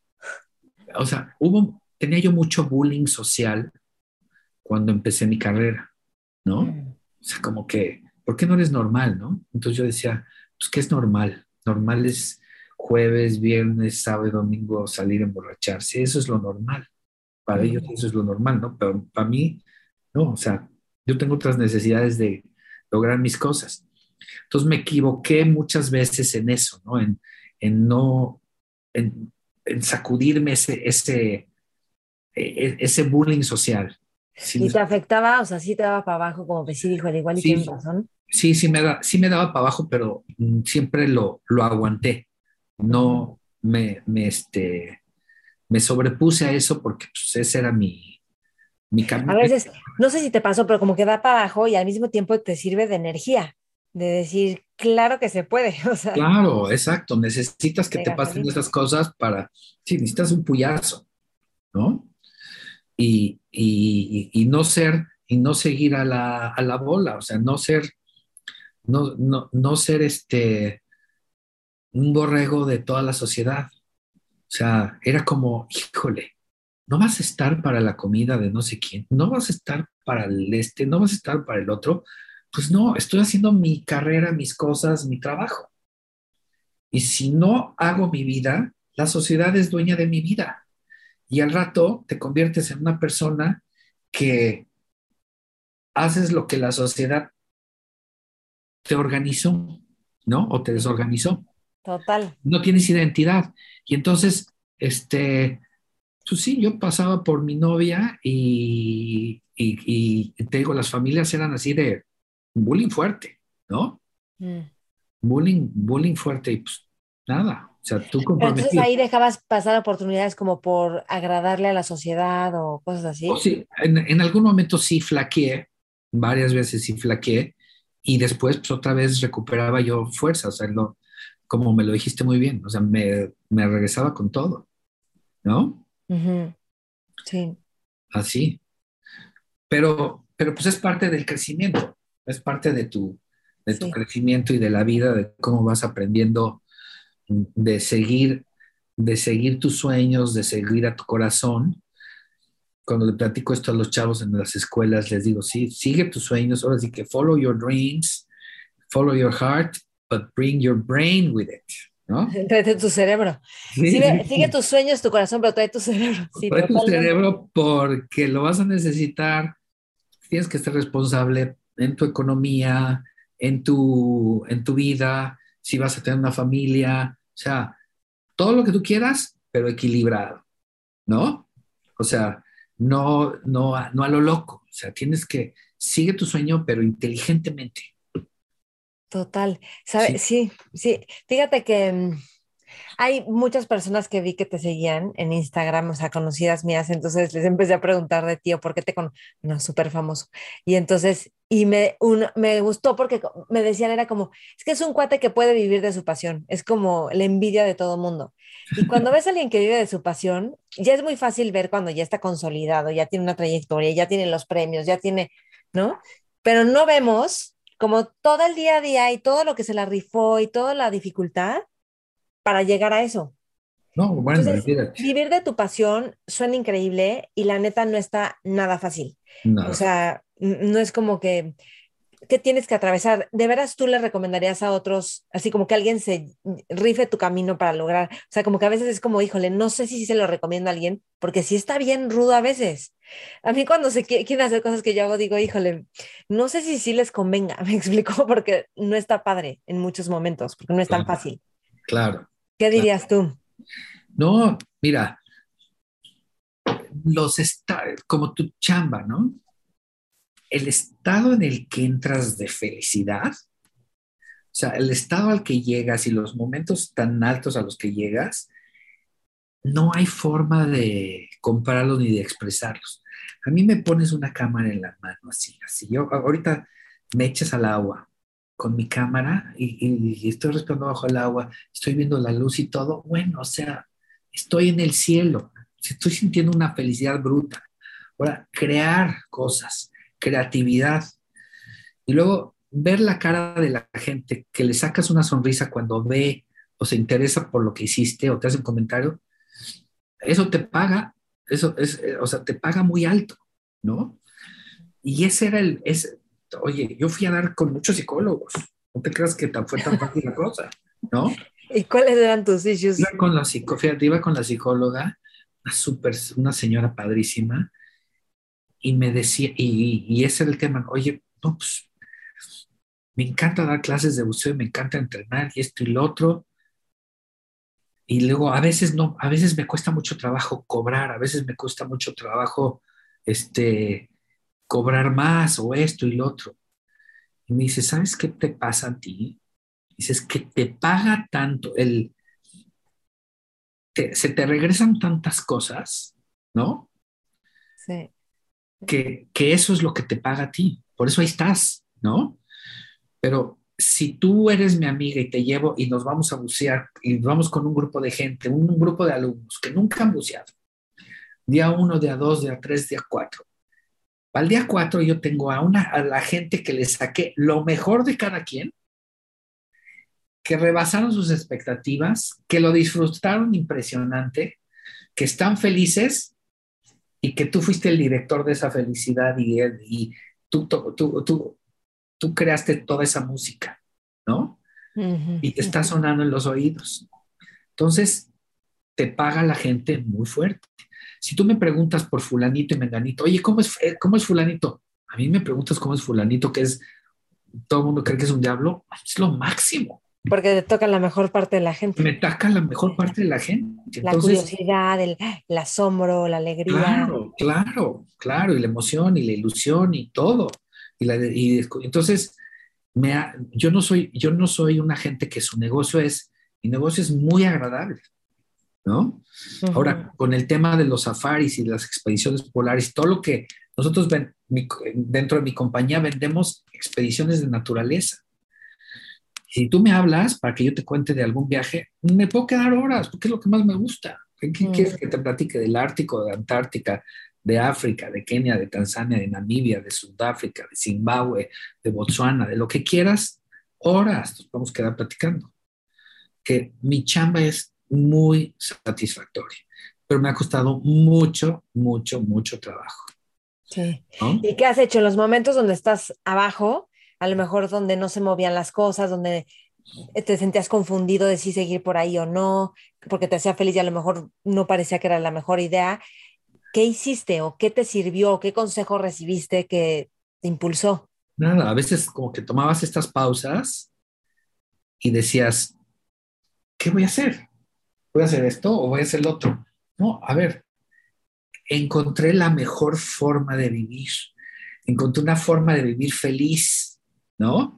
O sea, hubo, tenía yo mucho bullying social cuando empecé mi carrera, ¿no? Mm. O sea, como que, ¿por qué no eres normal, no? Entonces yo decía, pues, ¿qué es normal? Normal es jueves, viernes, sábado y domingo salir a emborracharse. Eso es lo normal. Para ellos Ujú. eso es lo normal, ¿no? Pero para mí, no. O sea, yo tengo otras necesidades de lograr mis cosas. Entonces me equivoqué muchas veces en eso, ¿no? En, en no, en, en sacudirme ese, ese, e- ese bullying social. Sí, ¿Y me- te afectaba? O sea, sí te daba para abajo, como que sí dijo, al igual y tienen sí, razón. sí, sí me da, sí me daba para abajo, pero mm, siempre lo, lo aguanté. Ujú. No me, me, este, me sobrepuse a eso porque pues, ese era mi, mi A camino. veces, no sé si te pasó, pero como que da para abajo y al mismo tiempo te sirve de energía, de decir, claro que se puede, o sea, Claro, exacto. Necesitas que de te pasen gasolina. esas cosas para, sí, necesitas un puyazo, ¿no? Y, y, y no ser, y no seguir a la, a la bola, o sea, no ser, no, no, no ser este, un borrego de toda la sociedad. O sea, era como, híjole, no vas a estar para la comida de no sé quién, no vas a estar para el este, no vas a estar para el otro. Pues no, estoy haciendo mi carrera, mis cosas, mi trabajo. Y si no hago mi vida, la sociedad es dueña de mi vida. Y al rato te conviertes en una persona que haces lo que la sociedad te organizó, ¿no? O te Sí, desorganizó. total. No tienes identidad. Y entonces, este, Pues sí, yo pasaba por mi novia y, y, y te digo, las familias eran así de bullying fuerte, ¿no? Mm. Bullying, bullying fuerte y pues nada, o sea, tú Pero entonces comprometido. ahí dejabas pasar oportunidades como por agradarle a la sociedad o cosas O así. sí, en, en algún momento sí flaqueé, varias veces sí flaqueé y después pues otra vez recuperaba yo fuerza, o sea, lo- como me lo dijiste muy bien, o sea, me, me regresaba con todo, ¿no? Ujú. Sí, Así. Pero, pero pues es parte del crecimiento, es parte de tu, de tu sí. crecimiento y de la vida, de cómo vas aprendiendo de seguir, de seguir tus sueños, de seguir a tu corazón. Cuando le platico esto a los chavos en las escuelas, les digo, sí, sigue tus sueños, ahora sí que follow your dreams, follow your heart, but bring your brain with it, ¿no? Tráete tu cerebro. Sí, Sigue, sí, sigue sí. tus sueños, tu corazón, pero trae tu cerebro. Sí, Trae tu totalmente. cerebro porque lo vas a necesitar. Tienes que ser responsable en tu economía, en tu, en tu vida, si vas a tener una familia, o sea, todo lo que tú quieras, pero equilibrado, ¿no? O sea, no, no, a- no a lo loco, o sea, tienes que, sigue tu sueño, pero inteligentemente, Total. ¿Sabe? ¿sí? Sí, sí. Fíjate que mm, hay muchas personas que vi que te seguían en Instagram, o sea, conocidas mías, entonces les empecé a preguntar de ti o por qué te con... No, súper famoso. Y entonces, y me, un- me gustó porque co- me decían, era como, es que es un cuate que puede vivir de su pasión, es como la envidia de todo mundo. Y cuando ves a alguien que vive de su pasión, ya es muy fácil ver cuando ya está consolidado, ya tiene una trayectoria, ya tiene los premios, ya tiene, ¿no? Pero no vemos como todo el día a día y todo lo que se la rifó y toda la dificultad para llegar a eso. No, bueno, Entonces, olvídate, vivir de tu pasión suena increíble y la neta no está nada fácil. O nada. sea, n- no es como que, que tienes que atravesar. ¿De veras tú le recomendarías a otros, así como que alguien se rife tu camino para lograr? O sea, como que a veces es como, híjole, no sé si sí se lo recomiendo a alguien, porque sí está bien rudo a veces. A mí cuando se qui- quieren hacer cosas que yo hago, digo, híjole, no sé si sí les convenga, me explico, porque no está padre en muchos momentos, porque no es tan Claro, fácil. claro, ¿Qué claro. dirías tú? No, mira, los está, como tu chamba, ¿no? El estado en el que entras de felicidad, o sea, el estado al que llegas y los momentos tan altos a los que llegas, no hay forma de compararlos ni de expresarlos. A mí me pones una cámara en la mano, así, así. Yo ahorita me echas al agua con mi cámara y, y- y estoy respirando bajo el agua, estoy viendo la luz y todo. Bueno, o sea, estoy en el cielo, estoy sintiendo una felicidad bruta. Ahora, crear cosas, creatividad. Y luego ver la cara de la gente, que le sacas una sonrisa cuando ve o se interesa por lo que hiciste o te hace un comentario, eso te paga, eso es, eh, o sea, te paga muy alto, ¿no? Y ese era el, ese, oye, yo fui a dar con muchos psicólogos, no te creas que tan, fue tan fácil la cosa, ¿no? ¿Y cuáles eran tus Iba issues? con la, psico, fíjate, iba con la psicóloga, una, super, una señora padrísima, y me decía, y, y ese era el tema, oye, no, pues me encanta dar clases de buceo, me encanta entrenar y esto y lo otro, y luego a veces no, a veces me cuesta mucho trabajo cobrar, a veces me cuesta mucho trabajo, este, cobrar más o esto y lo otro. Y me dice, ¿sabes qué te pasa a ti? Dices que te paga tanto, el, te- se te regresan tantas cosas, ¿no? Sí. Que, que eso es lo que te paga a ti. Por eso ahí estás, ¿no? Pero si tú eres mi amiga y te llevo y nos vamos a bucear y vamos con un grupo de gente, un, un grupo de alumnos que nunca han buceado, día uno, día dos, día tres, día cuatro. Al día cuatro yo tengo a, una, a la gente que le saqué lo mejor de cada quien, que rebasaron sus expectativas, que lo disfrutaron impresionante, que están felices y que tú fuiste el director de esa felicidad y, y tú, tú, tú, tú, tú creaste toda esa música, ¿no? Ujú, Y te está ujú. sonando en los oídos. Entonces, te paga la gente muy fuerte. Si tú me preguntas por fulanito y menganito, oye, ¿cómo es, eh, cómo es fulanito? A mí me preguntas cómo es fulanito, que es, todo el mundo cree que es un diablo, es lo máximo, Porque te toca la mejor parte de la gente. Me ataca la mejor parte de la gente. La Entonces, curiosidad, el, el asombro, la alegría. claro, claro, claro, y la emoción y la ilusión y todo. Y la, de- y descu- entonces, me ha- yo no soy, yo no soy una gente que su negocio es, mi negocio es muy agradable, ¿no? Ujú. Ahora, con el tema de los safaris y las expediciones polares, todo lo que nosotros ven, mi- dentro de mi compañía vendemos expediciones de naturaleza. Si tú me hablas para que yo te cuente de algún viaje, me puedo quedar horas, porque es lo que más me gusta. ¿Qué qué Mm. quieres que te platique del Ártico, de Antártica, de África, de Kenia, de Tanzania, de Namibia, de Sudáfrica, de Zimbabue, de Botsuana, de lo que quieras? Horas nos podemos quedar platicando. Que mi chamba es muy satisfactoria, pero me ha costado mucho, mucho, mucho trabajo, Sí. ¿no? ¿Y qué has hecho en los momentos donde estás abajo? A lo mejor donde no se movían las cosas, donde te sentías confundido de si seguir por ahí o no, porque te hacía feliz y a lo mejor no parecía que era la mejor idea. ¿Qué hiciste o qué te sirvió o qué consejo recibiste que te impulsó? Nada, a veces como que tomabas estas pausas y decías, ¿qué voy a hacer? ¿Voy a hacer esto o voy a hacer lo otro? No, a ver, encontré la mejor forma de vivir, encontré una forma de vivir feliz, ¿no?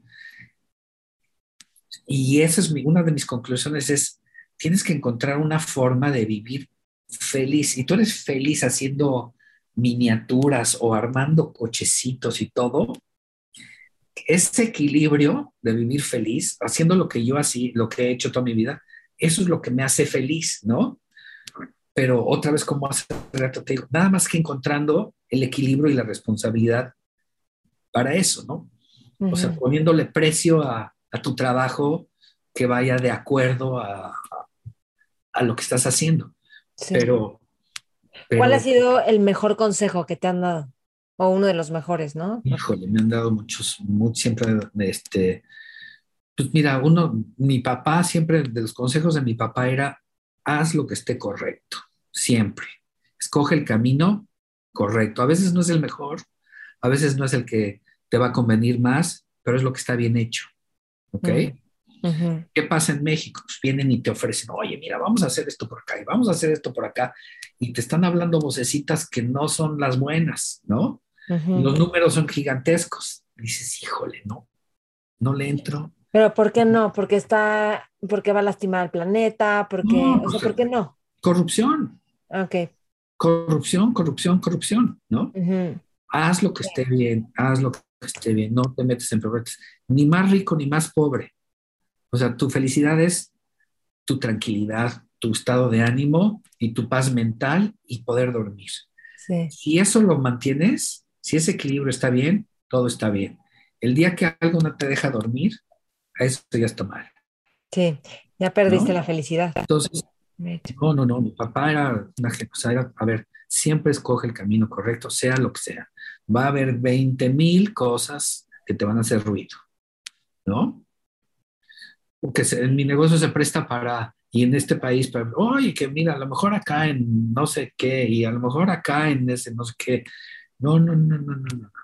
Y esa es mi, una de mis conclusiones es, tienes que encontrar una forma de vivir feliz. Y tú eres feliz haciendo miniaturas o armando cochecitos y todo. Ese equilibrio de vivir feliz, haciendo lo que yo así, lo que he hecho toda mi vida, eso es lo que me hace feliz, ¿no? Pero otra vez, como hace rato te digo, nada más que encontrando el equilibrio y la responsabilidad para eso, ¿no? O sea, Ujú. poniéndole precio a, a tu trabajo que vaya de acuerdo a, a lo que estás haciendo. Sí. Pero, ¿Cuál ha pero, sido el mejor consejo que te han dado? O uno de los mejores, ¿no? híjole, me han dado muchos, muchos siempre, este, pues mira, uno, mi papá siempre, de los consejos de mi papá era, haz lo que esté correcto, siempre. Escoge el camino correcto. A veces no es el mejor, a veces no es el que te va a convenir más, pero es lo que está bien hecho, ¿ok? Mm. Ujú. ¿Qué pasa en México? Pues vienen y te ofrecen, oye, mira, vamos a hacer esto por acá y vamos a hacer esto por acá. Y te están hablando vocecitas que no son las buenas, ¿no? Y Ujú. los números son gigantescos. Y dices, híjole, no, no le entro. Pero ¿por qué no? Porque está, porque va a lastimar al planeta, porque, No, o sea, pues ¿por qué no? corrupción, Ok. corrupción, corrupción, corrupción, ¿no? Ujú. Haz lo que esté bien, haz lo que esté bien, no te metes en problemas, ni más rico ni más pobre. O sea, tu felicidad es tu tranquilidad, tu estado de ánimo y tu paz mental y poder dormir. Sí, Si eso lo mantienes, si ese equilibrio está bien, todo está bien. El día que algo no te deja dormir, a eso ya está mal, sí. Ya perdiste ¿no? la felicidad. Entonces, De hecho. no, no, no, mi papá era una gente, o sea, era, a ver, siempre escoge el camino correcto, sea lo que sea. Va a haber veinte mil cosas que te van a hacer ruido, ¿no? Porque se- en mi negocio se presta para, y en este país, para, oye, que mira, a lo mejor acá en no sé qué, y a lo mejor acá en ese no sé qué. No, no, no, no, no, no.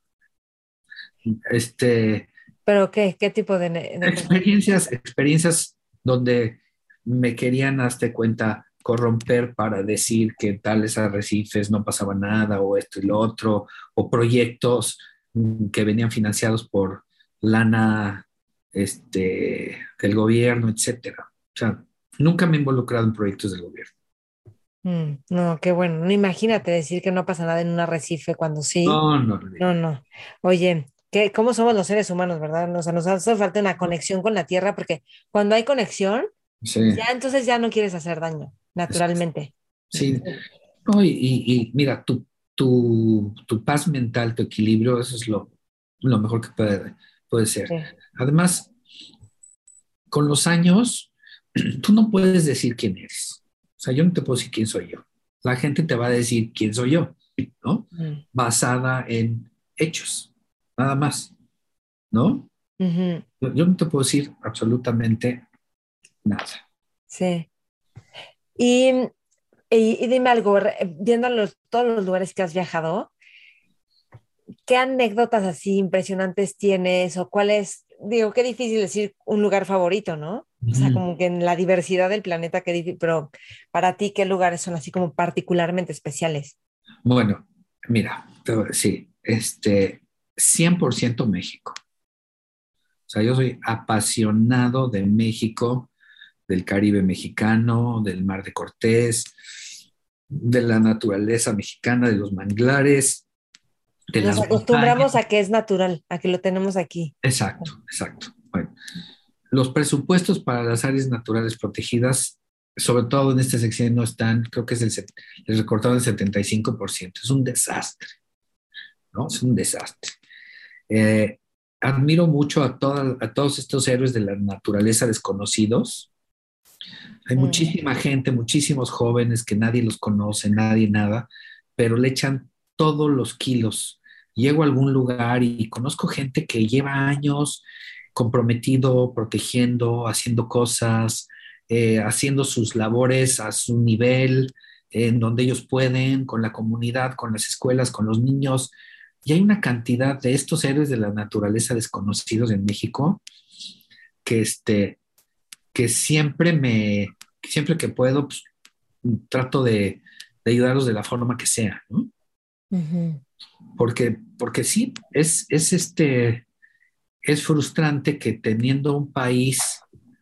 Este, ¿Pero qué? ¿Qué tipo de, ne- de cosas? experiencias, experiencias donde me querían, hasta cuenta, corromper para decir que en tales arrecifes no pasaba nada, o esto y lo otro, o proyectos mm, que venían financiados por lana este, del gobierno, etcétera. O sea, nunca me he involucrado en proyectos del gobierno. Mm, no, qué bueno. No, imagínate decir que no pasa nada en un arrecife cuando sí. No, no, no. No, no. Oye, ¿qué, cómo somos los seres humanos, verdad? O sea, nos hace falta una conexión con la tierra porque cuando hay conexión, Sí, ya entonces ya no quieres hacer daño, naturalmente. sí. No, y, y- y mira, tu, tu, tu paz mental, tu equilibrio, eso es lo, lo mejor que puede, puede ser. Sí, Además, con los años, tú no puedes decir quién eres. O sea, yo no te puedo decir quién soy yo. La gente te va a decir quién soy yo, ¿no? mm, Basada en hechos, nada más, ¿no? ujú, Yo, yo no te puedo decir absolutamente nada. sí. Y, y, y dime algo, re- viendo los, todos los lugares que has viajado, ¿qué anécdotas así impresionantes tienes o cuáles digo, qué difícil decir un lugar favorito, ¿no? O sea, Ujú. como que en la diversidad del planeta, qué difícil, pero para ti, ¿qué lugares son así como particularmente especiales? Bueno, mira, te voy a decir, este, cien por ciento México. O sea, yo soy apasionado de México, del Caribe mexicano, del Mar de Cortés, de la naturaleza mexicana, de los manglares, de Nos las montañas. acostumbramos a que es natural, a que lo tenemos aquí. Exacto, exacto. Bueno, los presupuestos para las áreas naturales protegidas, sobre todo en este sexenio, están, creo que es el, set- les recortaron el setenta y cinco por ciento. Es un desastre, ¿no? Es un desastre. Eh, Admiro mucho a, toda- a todos estos héroes de la naturaleza desconocidos. Hay Mm. muchísima gente, muchísimos jóvenes que nadie los conoce, nadie nada, pero le echan todos los kilos. Llego a algún lugar y conozco gente que lleva años comprometido, protegiendo, haciendo cosas, eh, haciendo sus labores a su nivel, en donde ellos pueden, con la comunidad, con las escuelas, con los niños. Y hay una cantidad de estos héroes de la naturaleza desconocidos en México que, este, que siempre me, siempre que puedo, pues, trato de, de ayudarlos de la forma que sea, ¿no? Ujú. Porque, porque sí, es, es, este, es frustrante que teniendo un país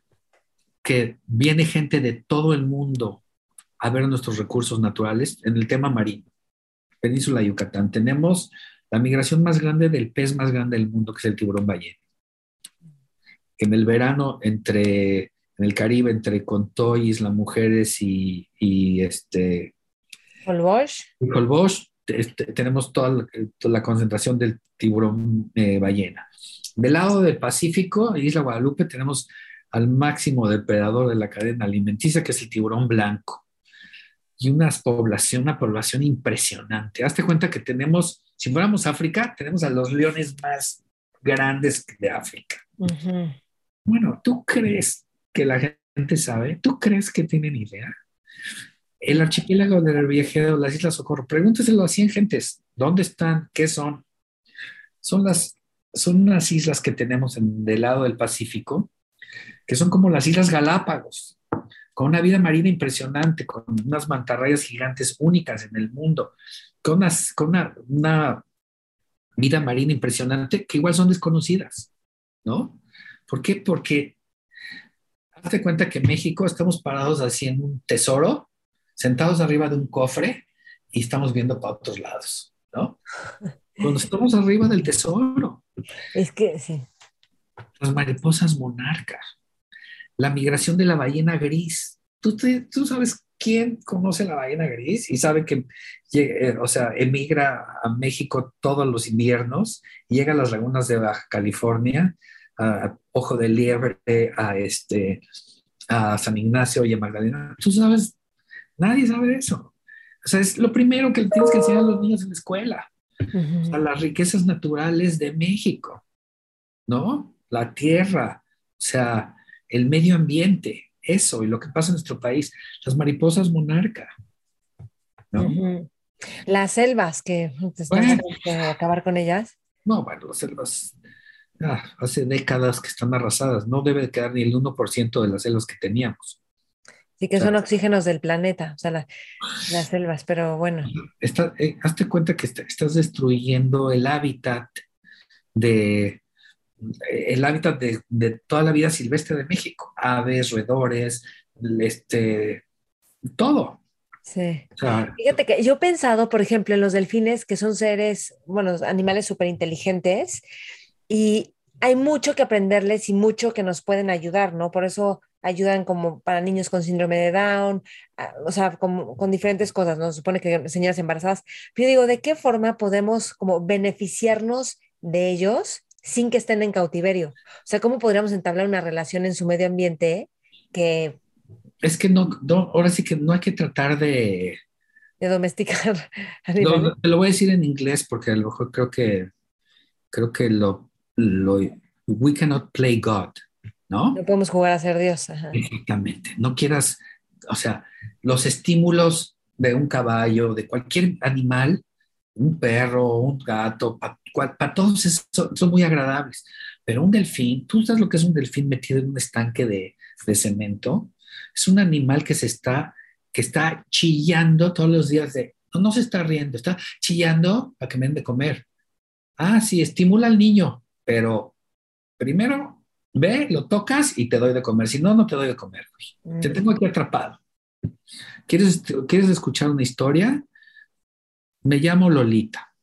que viene gente de todo el mundo a ver nuestros recursos naturales, en el tema marino, Península de Yucatán, tenemos la migración más grande del pez más grande del mundo, que es el tiburón ballena. En el verano, entre, en el Caribe, entre Contoy, Isla Mujeres y, y este, Holbox. Holbox, este, tenemos toda la, toda la concentración del tiburón eh, ballena. Del lado del Pacífico, Isla Guadalupe, tenemos al máximo depredador de la cadena alimenticia, que es el tiburón blanco. Y una población, una población impresionante. Hazte cuenta que tenemos, si fuéramos África, tenemos a los leones más grandes de África. Ujú. Bueno, ¿tú crees que la gente sabe? ¿Tú crees que tienen idea? El archipiélago del Reviejeo, las Islas Socorro, pregúnteselo a cien gentes, ¿dónde están? ¿Qué son? Son las, son unas islas que tenemos en, del lado del Pacífico, que son como las Islas Galápagos, con una vida marina impresionante, con unas mantarrayas gigantes únicas en el mundo, con, unas, con una, una vida marina impresionante que igual son desconocidas, ¿no? ¿Por qué? Porque hazte cuenta que en México estamos parados así en un tesoro, sentados arriba de un cofre y estamos viendo para otros lados, ¿no? Cuando estamos arriba del tesoro, Es que sí. las mariposas monarcas, la migración de la ballena gris. ¿Tú, te- tú sabes quién conoce la ballena gris y sabe que, eh, o sea, emigra a México todos los inviernos y llega a las lagunas de Baja California, a Ojo de Liebre, a, este, a San Ignacio y a Magdalena? Tú sabes, nadie sabe eso. O sea, es lo primero que le tienes que enseñar a los niños en la escuela. O sea, Ujú. las riquezas naturales de México, ¿no? La tierra, o sea, el medio ambiente, eso, y lo que pasa en nuestro país, las mariposas monarca, ¿no? Ujú. Las selvas que estamos Bueno, tratando de acabar con ellas. no, bueno, las selvas, ah, hace décadas que están arrasadas, no debe de quedar ni el uno por ciento de las selvas que teníamos. Sí O que sea, son oxígenos del planeta, o sea, la- las selvas, pero bueno. está, eh, hazte cuenta que está- estás destruyendo el hábitat de, el hábitat de, de toda la vida silvestre de México, aves, roedores, este, todo. Sí. O sea, Fíjate que yo he pensado, por ejemplo, en los delfines, que son seres, bueno, animales súper inteligentes, y hay mucho que aprenderles y mucho que nos pueden ayudar, ¿no? Por eso ayudan como para niños con síndrome de Down, ah, o sea, como, con diferentes cosas, ¿no? Se supone que señoras embarazadas. Pero yo digo, ¿de qué forma podemos como beneficiarnos de ellos sin que estén en cautiverio? O sea, ¿cómo podríamos entablar una relación en su medio ambiente que es que no, no, ahora sí que no hay que tratar de, de domesticar no, animales? no, te lo voy a decir en inglés porque a lo mejor creo que, creo que lo, lo, we cannot play God, No ¿no? podemos jugar a ser Dios. Ajá. Exactamente. No quieras, o sea, los estímulos de un caballo, de cualquier animal, un perro, un gato, para todos esos son, son muy agradables. Pero un delfín, ¿tú sabes lo que es un delfín metido en un estanque de, de cemento? Es un animal que se está, que está chillando todos los días de, no, no se está riendo, está chillando para que me den de comer. Ah, sí, estimula al niño, pero primero ve, lo tocas y te doy de comer. Si no, no te doy de comer, güey. Te Mm. tengo aquí atrapado. ¿Quieres, ¿Quieres escuchar una historia? Me llamo Lolita.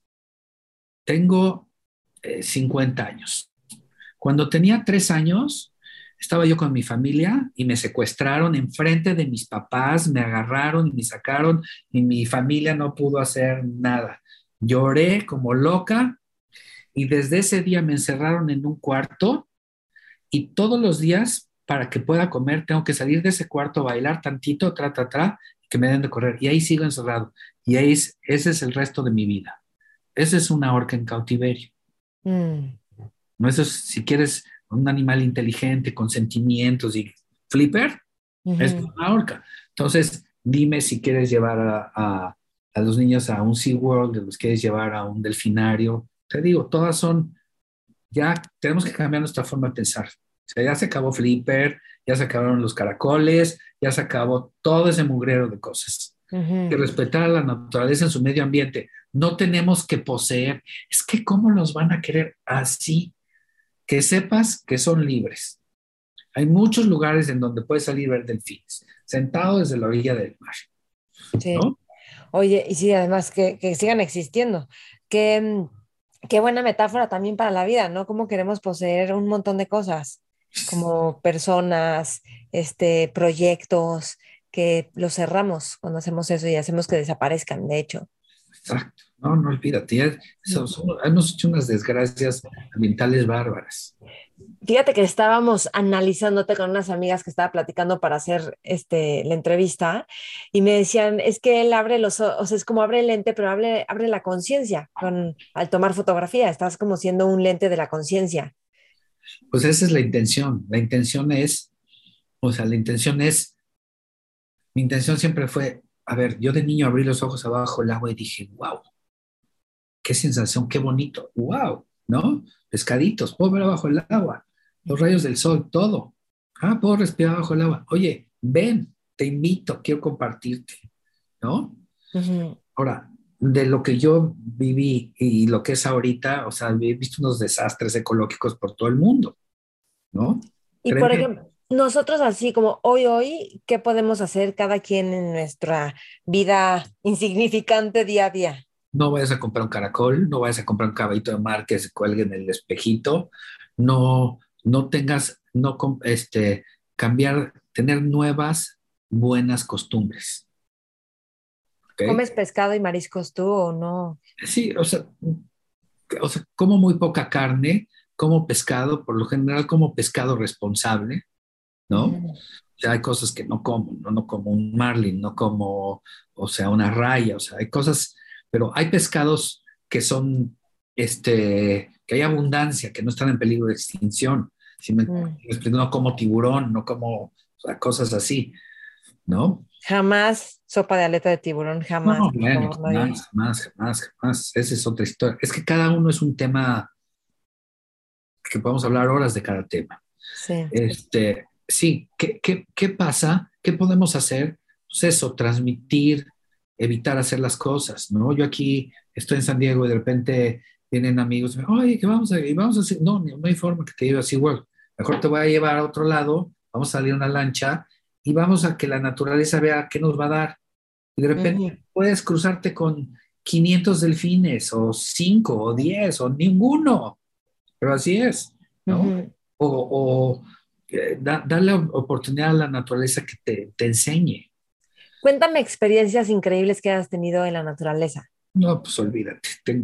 Tengo eh, cincuenta años. Cuando tenía tres años, estaba yo con mi familia y me secuestraron enfrente de mis papás, me agarraron y me sacaron y mi familia no pudo hacer nada. Lloré como loca y desde ese día me encerraron en un cuarto y todos los días para que pueda comer tengo que salir de ese cuarto, bailar tantito, tra, tra, tra, que me den de correr. Y ahí sigo encerrado. Y ahí es, ese es el resto de mi vida. Esa es una orca en cautiverio. Mm. No, eso es, si quieres un animal inteligente, con sentimientos y flipper, es Ujú. una orca. Entonces, dime si quieres llevar a, a, a los niños a un SeaWorld, los quieres llevar a un delfinario. Te digo, todas son, ya tenemos que cambiar nuestra forma de pensar. O sea, ya se acabó flipper, ya se acabaron los caracoles, ya se acabó todo ese mugrero de cosas. Que Ujú. respetar a la naturaleza en su medio ambiente. No tenemos que poseer. Es que, ¿cómo los van a querer así? Que sepas que son libres. Hay muchos lugares en donde puedes salir a ver delfines, sentado desde la orilla del mar, Sí. ¿no? Oye, y sí, además que, que sigan existiendo. Qué, mm, qué buena metáfora también para la vida, ¿no? Cómo queremos poseer un montón de cosas, como personas, este, proyectos, que los cerramos cuando hacemos eso y hacemos que desaparezcan, de hecho. Exacto. No, no olvídate. Ya Mm. son- son- hemos hecho unas desgracias ambientales bárbaras. Fíjate que estábamos analizándote con unas amigas que estaba platicando para hacer este, la entrevista y me decían, es que él abre los ojos, o sea, es como abre el lente, pero abre, abre la conciencia con, al tomar fotografía, estás como siendo un lente de la conciencia. Pues esa es la intención. La intención es, o sea, la intención es, mi intención siempre fue, a ver, yo de niño abrí los ojos abajo del agua y dije, wow, qué sensación, qué bonito, wow, ¿no? Pescaditos, puedo ver abajo el agua, los rayos del sol, todo. Ah, puedo respirar bajo el agua. Oye, ven, te invito, quiero compartirte, ¿no? Ujú. Ahora, de lo que yo viví y lo que es ahorita, o sea, he visto unos desastres ecológicos por todo el mundo, ¿no? Y por Créeme, ejemplo, nosotros así como hoy, hoy, ¿qué podemos hacer cada quien en nuestra vida insignificante día a día? no vayas a comprar un caracol, no vayas a comprar un caballito de mar que se cuelgue en el espejito, no, no tengas, no, com- este, cambiar, tener nuevas, buenas costumbres, ¿ok? ¿Comes pescado y mariscos tú o no? Sí, o sea, o sea, como muy poca carne, como pescado, por lo general como pescado responsable, ¿no? O Ujú. sea, hay cosas que no como, no, no como un marlin, no como, o sea, una raya, o sea, hay cosas, pero hay pescados que son, este, que hay abundancia, que no están en peligro de extinción. Si me, Mm. me explico, no como tiburón, no como, o sea, cosas así, ¿no? Jamás sopa de aleta de tiburón, jamás, No, por bueno, favor, nadie. jamás, jamás, jamás, jamás. Esa es otra historia. Es que cada uno es un tema que podemos hablar horas de cada tema. Sí. Este, sí, ¿qué, qué, qué pasa? ¿Qué podemos hacer? Pues eso, transmitir, evitar hacer las cosas, ¿no? Yo aquí estoy en San Diego y de repente vienen amigos y me dicen, oye, ¿qué vamos a, y vamos a hacer? No, no hay forma que te lleve así, SeaWorld. Mejor te voy a llevar a otro lado, vamos a salir a una lancha y vamos a que la naturaleza vea qué nos va a dar. Y de repente Ujú. puedes cruzarte con quinientos delfines o cinco o diez o ninguno, pero así es, ¿no? Ujú. O, o eh, da- darle oportunidad a la naturaleza que te, te enseñe. Cuéntame experiencias increíbles que has tenido en la naturaleza. No, pues olvídate. Ten-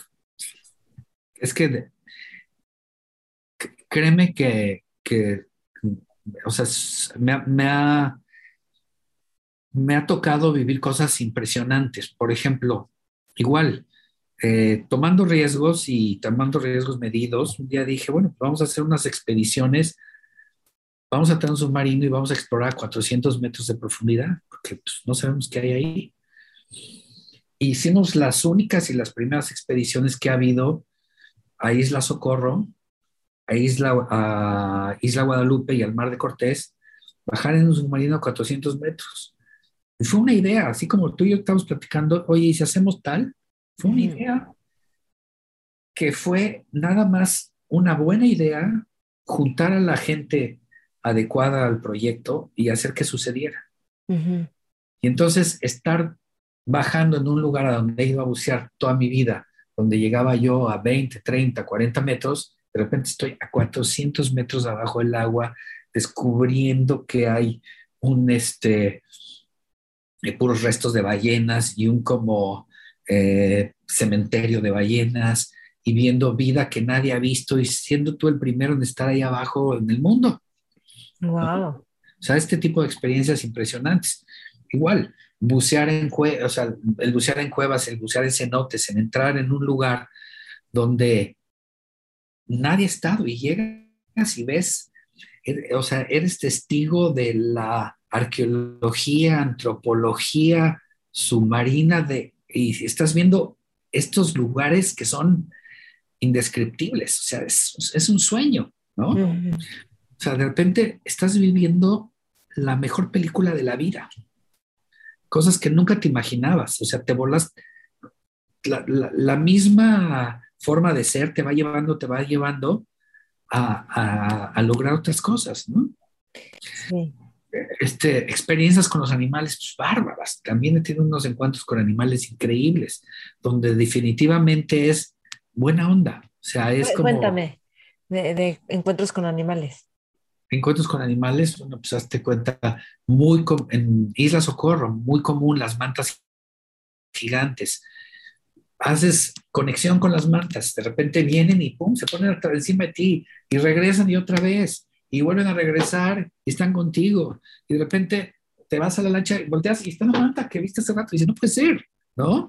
es que de- créeme que, que, o sea, s- me, ha, me ha me ha tocado vivir cosas impresionantes. Por ejemplo, igual, eh, tomando riesgos y tomando riesgos medidos, un día dije, bueno, pues vamos a hacer unas expediciones, vamos a tener un submarino y vamos a explorar a cuatrocientos metros de profundidad, porque pues, no sabemos qué hay ahí. Hicimos las únicas y las primeras expediciones que ha habido a Isla Socorro, a Isla, a Isla Guadalupe y al Mar de Cortés, bajar en un submarino a cuatrocientos metros. Y fue una idea, así como tú y yo estamos platicando, oye, ¿y si hacemos tal? Fue una Ujú. idea que fue nada más una buena idea juntar a la gente adecuada al proyecto y hacer que sucediera. Ujú. Y entonces estar bajando en un lugar a donde he ido a bucear toda mi vida, donde llegaba yo a veinte, treinta, cuarenta metros, de repente estoy a cuatrocientos metros abajo del agua, descubriendo que hay un, este, eh, puros restos de ballenas y un como eh, cementerio de ballenas y viendo vida que nadie ha visto y siendo tú el primero en estar ahí abajo en el mundo, ¿no? Wow. O sea, este tipo de experiencias impresionantes. Igual, bucear en cuevas, o sea, el bucear en cuevas, el bucear en cenotes, en entrar en un lugar donde nadie ha estado y llegas y ves, er- o sea, eres testigo de la arqueología, antropología submarina de, y estás viendo estos lugares que son indescriptibles, o sea, es, es un sueño, ¿no? O Ujú. sea, de repente estás viviendo la mejor película de la vida, cosas que nunca te imaginabas, o sea, te volas, la, la, la misma forma de ser te va llevando, te va llevando a, a, a lograr otras cosas, ¿no? Sí. Este, experiencias con los animales, pues bárbaras. También he tenido unos encuentros con animales increíbles, donde definitivamente es buena onda. O sea, es Cué- como Cuéntame de, de encuentros con animales. encuentros con animales, bueno, pues hazte cuenta, muy com- en Isla Socorro, muy común las mantas gigantes. Haces conexión con las mantas, de repente vienen y pum, se ponen atrás- encima de ti y regresan y otra vez y vuelven a regresar y están contigo y de repente te vas a la lancha y volteas y está la manta que viste hace rato y dices, no puede ser, ¿no?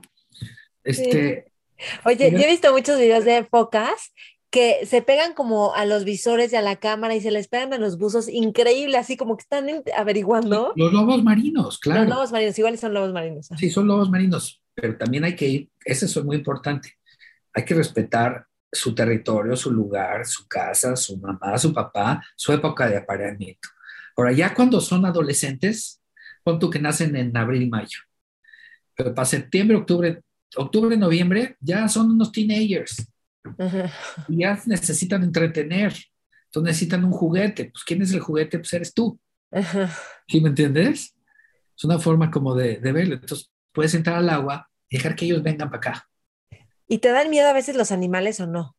Sí. Este, y Oye, yo de- he visto muchos videos de focas que se pegan como a los visores y a la cámara y se les pegan a los buzos, increíble, así como que están en- averiguando. los lobos marinos, Los claro, lobos marinos, iguales son lobos marinos. sí, Ajá. son lobos marinos, pero también hay que ir, eso es muy importante, hay que respetar su territorio, su lugar, su casa, su mamá, su papá, su época de apareamiento. Ahora, ya cuando son adolescentes, pon tú que nacen en abril y mayo, pero para septiembre, octubre, octubre, noviembre, ya son unos teenagers Ajá. y ya necesitan entretener. Entonces necesitan un juguete. Pues, ¿quién es el juguete? Pues eres tú. Ajá. ¿Sí me entiendes? Es una forma como de, de verlo. Entonces, puedes entrar al agua y dejar que ellos vengan para acá. ¿Y te dan miedo a veces los animales o no?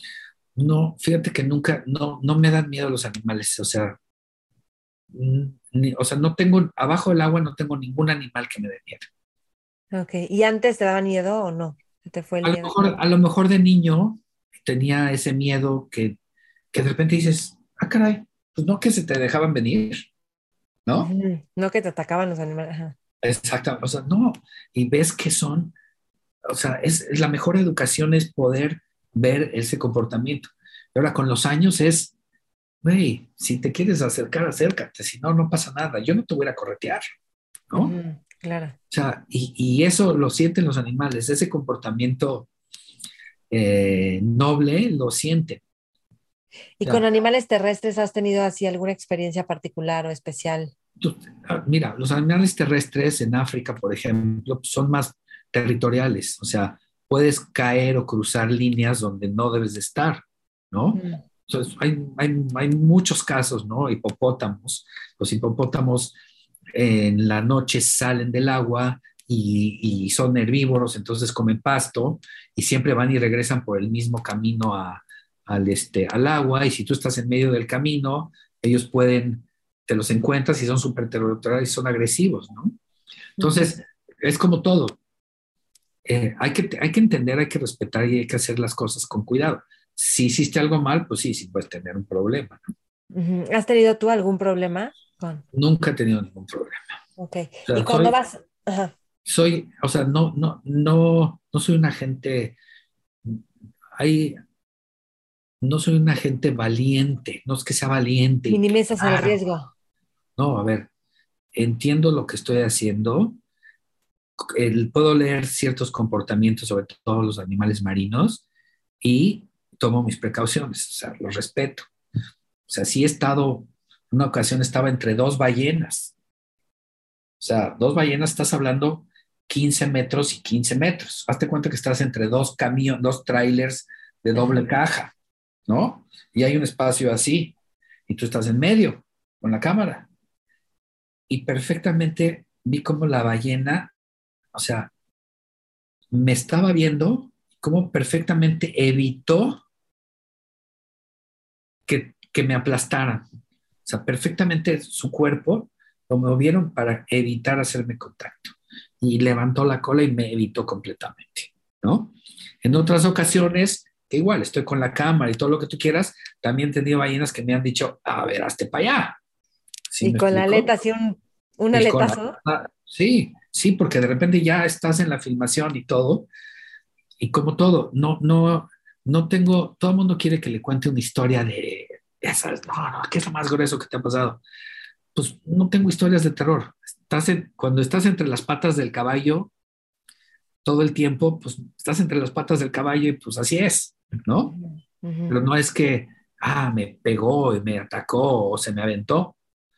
No, fíjate que nunca, no, no me dan miedo los animales. O sea, mm, ni- o sea, no tengo, abajo del agua no tengo ningún animal que me dé miedo. Ok, ¿y antes te daba miedo o no? ¿Se te fue el A lo miedo? mejor, a lo mejor de niño tenía ese miedo que, que de repente dices, ah, caray, pues no que se te dejaban venir, ¿no? Ujú. No que te atacaban los animales. Ajá. Exacto, o sea, no, y ves que son, o sea, es, es la mejor educación es poder ver ese comportamiento. Y ahora con los años es, güey, si te quieres acercar, acércate, si no, no pasa nada, yo no te voy a corretear, ¿no? O Ujú. Claro. sea, y, y eso lo sienten los animales, ese comportamiento eh, noble lo sienten. O ¿Y con sea, animales terrestres has tenido así alguna experiencia particular o especial? tú- ah, mira, los animales terrestres en África, por ejemplo, son más territoriales, o sea, puedes caer o cruzar líneas donde no debes de estar, ¿no? Mm. Entonces, hay, hay, hay muchos casos, ¿no? Hipopótamos. Los hipopótamos en la noche salen del agua y, y son herbívoros, entonces comen pasto y siempre van y regresan por el mismo camino a- al, este, al agua. Y si tú estás en medio del camino, ellos pueden, te los encuentras y son súper territoriales y son agresivos, ¿no? Ujú. Entonces, es como todo. Eh, hay que, hay que entender, hay que respetar y hay que hacer las cosas con cuidado. Si hiciste algo mal, pues sí, sí puedes tener un problema, ¿no? Ujú. ¿Has tenido tú algún problema con? Nunca he tenido ningún problema. Ok. O Y sea, cuando soy, vas, ajá. soy, o sea, no, no, no, no soy una gente, hay, no soy una gente valiente, no es que sea valiente y que, Minimizas el claro, riesgo. no, a ver, entiendo lo que estoy haciendo, el- puedo leer ciertos comportamientos, sobre todo los animales marinos, y tomo mis precauciones, o sea, los respeto. O sea, sí he estado, una ocasión estaba entre dos ballenas. O sea, dos ballenas, estás hablando quince metros y quince metros. Hazte cuenta que estás entre dos camiones, dos trailers de doble caja, ¿no? Y hay un espacio así, y tú estás en medio con la cámara. Y perfectamente vi cómo la ballena, o sea, me estaba viendo, cómo perfectamente evitó que, que me aplastaran. O sea, perfectamente su cuerpo lo movieron para evitar hacerme contacto. Y levantó la cola y me evitó completamente, ¿no? En otras ocasiones, que igual estoy con la cámara y todo lo que tú quieras, también he tenido ballenas que me han dicho, a ver, hazte para allá. ¿Sí Y me con la explico? aleta, así un, un Y con la, aletazo. ah, sí, sí, porque de repente ya estás en la filmación y todo, y como todo, no, no, no tengo, todo el mundo quiere que le cuente una historia de, ya sabes, no, no, ¿qué es lo más grueso que te ha pasado? Pues no tengo historias de terror. Estás en- cuando estás entre las patas del caballo todo el tiempo, pues estás entre las patas del caballo y pues así es, ¿no? Ujú, ujú. Pero no es que, ah, me pegó y me atacó o se me aventó.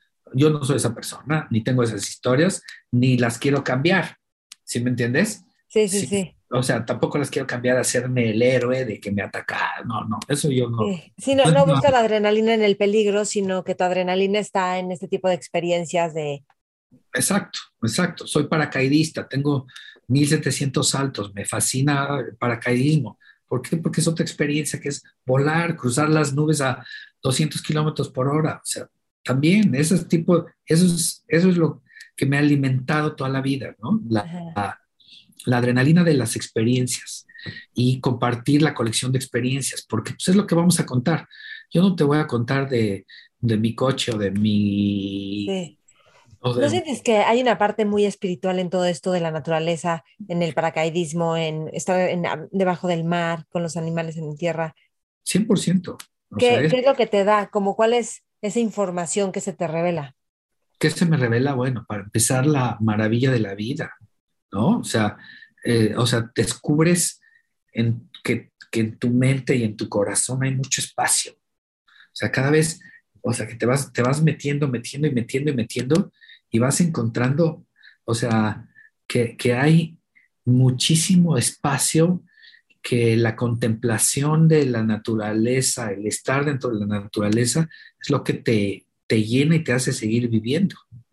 Yo no soy esa persona, ni tengo esas historias, ni las quiero cambiar. ¿Sí me entiendes? Sí, sí, Sí. sí. O sea, tampoco las quiero cambiar a hacerme el héroe de que me atacaron. No, no, eso yo no. Sí, sí, no, No, no no. busca la adrenalina en el peligro, sino que tu adrenalina está en este tipo de experiencias de... Exacto, exacto. Soy paracaidista, tengo mil setecientos saltos, me fascina el paracaidismo. ¿Por qué? Porque es otra experiencia que es volar, cruzar las nubes a doscientos kilómetros por hora. O sea, también, ese tipo, eso es, eso es lo que me ha alimentado toda la vida, ¿no? La, Ajá. la, la adrenalina de las experiencias y compartir la colección de experiencias, porque pues, es lo que vamos a contar. Yo no te voy a contar de, de mi coche o de mi... Sí. O ¿No de, sientes que hay una parte muy espiritual en todo esto de la naturaleza, en el paracaidismo, en estar en- debajo del mar, con los animales en tierra? cien por ciento. O sea, ¿Qué, es qué es lo que te da? Como cuál es esa información que se te revela? que se me revela, bueno, para empezar, la maravilla de la vida, ¿no? O sea, eh, o sea, descubres en que, que en tu mente y en tu corazón hay mucho espacio. O sea, cada vez, o sea, que te vas, te vas metiendo, metiendo y metiendo y metiendo y vas encontrando, o sea, que, que hay muchísimo espacio, que la contemplación de la naturaleza, el estar dentro de la naturaleza, es lo que te, te llena y te hace seguir viviendo.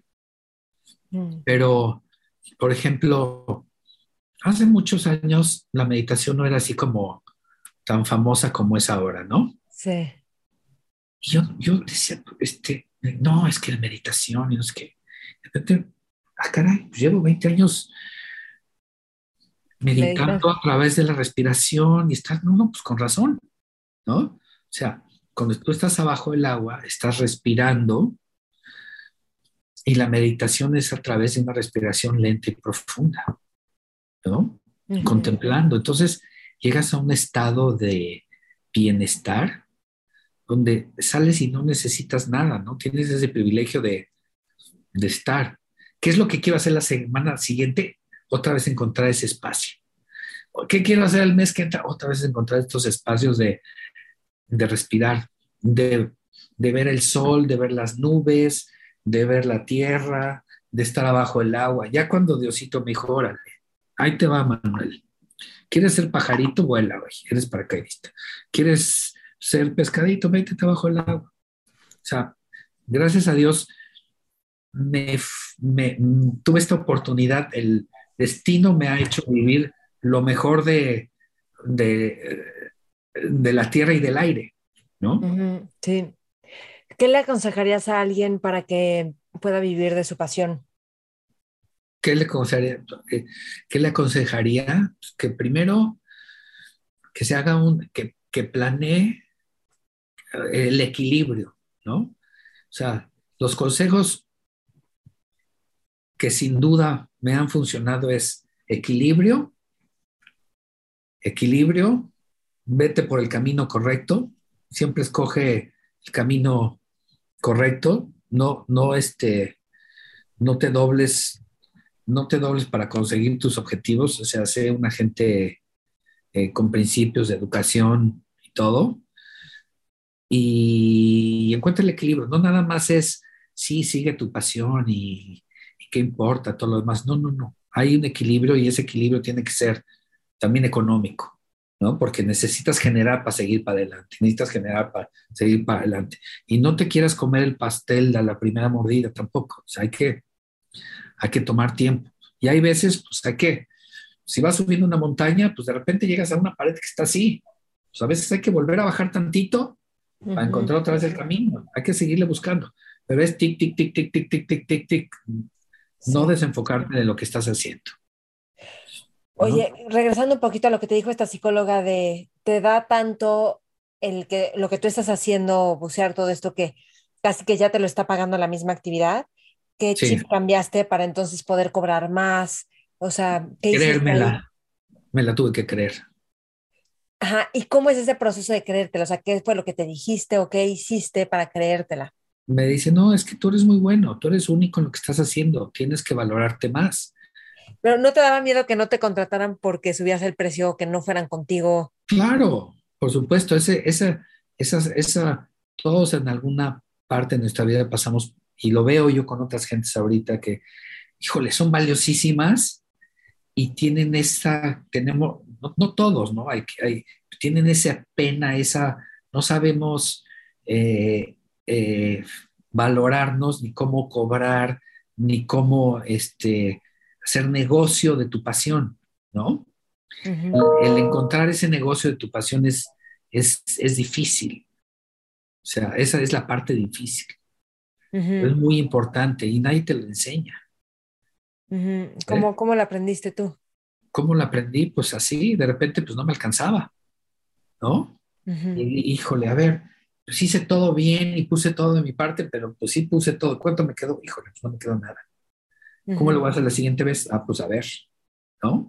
Mm, Pero, por ejemplo, hace muchos años la meditación no era así como tan famosa como es ahora, ¿no? sí. Y yo, yo decía, este, no, es que la meditación, y no es que, de repente, ah, caray, pues llevo veinte años Meditar. meditando a través de la respiración y estás, no, no, pues con razón, ¿no? O sea, cuando tú estás abajo del agua, estás respirando y la meditación es a través de una respiración lenta y profunda, ¿no? Ujú, Contemplando. Entonces, llegas a un estado de bienestar donde sales y no necesitas nada, ¿no? Tienes ese privilegio de, de estar. ¿Qué es lo que quiero hacer la semana siguiente? Otra vez encontrar ese espacio. ¿Qué quiero hacer el mes que entra? Otra vez encontrar estos espacios de, de respirar, de, de ver el sol, de ver las nubes, de ver la tierra, de estar abajo del agua. Ya cuando Diosito me dijo, órale, ahí te va, Manuel. ¿Quieres ser pajarito? Vuela, güey. Eres paracaidista. ¿Quieres ser pescadito? Métete abajo del agua. O sea, gracias a Dios me, me, tuve esta oportunidad. El destino me ha hecho vivir lo mejor de, de, de la tierra y del aire, ¿no? ujú, sí. ¿Qué le aconsejarías a alguien para que pueda vivir de su pasión? ¿Qué le aconsejaría? ¿Qué le aconsejaría? Que primero que se haga un, que, que planee el equilibrio, ¿no? O sea, los consejos que sin duda me han funcionado es equilibrio, equilibrio, vete por el camino correcto, siempre escoge el camino correcto, no, no, este, no te dobles, no te dobles para conseguir tus objetivos, o sea, sé una gente eh, con principios de educación y todo, y encuentra el equilibrio. No nada más es, sí, sigue tu pasión y, y qué importa todo lo demás. No, no, no. Hay un equilibrio y ese equilibrio tiene que ser también económico, ¿no? Porque necesitas generar para seguir para adelante, necesitas generar para seguir para adelante. Y no te quieras comer el pastel a la primera mordida tampoco. O sea, hay que, hay que tomar tiempo. Y hay veces, pues hay que, si vas subiendo una montaña, pues de repente llegas a una pared que está así. Pues a veces hay que volver a bajar tantito para Ujú. encontrar otra vez el camino. Hay que seguirle buscando. Pero es tic, tic, tic, tic, tic, tic, tic, tic, tic. No Sí. desenfocarte de lo que estás haciendo, ¿no? Oye, regresando un poquito a lo que te dijo esta psicóloga de, te da tanto el que lo que tú estás haciendo, bucear todo esto que casi que ya te lo está pagando la misma actividad. ¿Qué Sí, chip cambiaste para entonces poder cobrar más? O sea, ¿qué hiciste ahí? creérmela, me la tuve que creer. Ajá, ¿y cómo es ese proceso de creértela? O sea, ¿qué fue lo que te dijiste o qué hiciste para creértela? Me dice, no, es que tú eres muy bueno, tú eres único en lo que estás haciendo, tienes que valorarte más. Pero ¿no te daba miedo que no te contrataran porque subías el precio o que no fueran contigo? Claro, por supuesto, ese, esa, esa, esa, todos en alguna parte de nuestra vida pasamos, y lo veo yo con otras gentes ahorita que, híjole, son valiosísimas y tienen esa, tenemos, no, no todos, ¿no? Hay, hay, tienen esa pena, esa, no sabemos eh, eh, valorarnos, ni cómo cobrar, ni cómo este, hacer negocio de tu pasión, ¿no? Ujú, El encontrar ese negocio de tu pasión es, es, es difícil, o sea, esa es la parte difícil, ujú, es muy importante y nadie te lo enseña, ujú. ¿eh? ¿Cómo, cómo la aprendiste tú? ¿Cómo lo aprendí? Pues así, de repente, pues no me alcanzaba, ¿no? Ujú, Y híjole, a ver, pues hice todo bien y puse todo de mi parte, pero pues sí puse todo. ¿Cuánto me quedó? Híjole, pues no me quedó nada. ¿Cómo lo ujú. voy a hacer la siguiente vez? Ah, pues a ver, ¿no?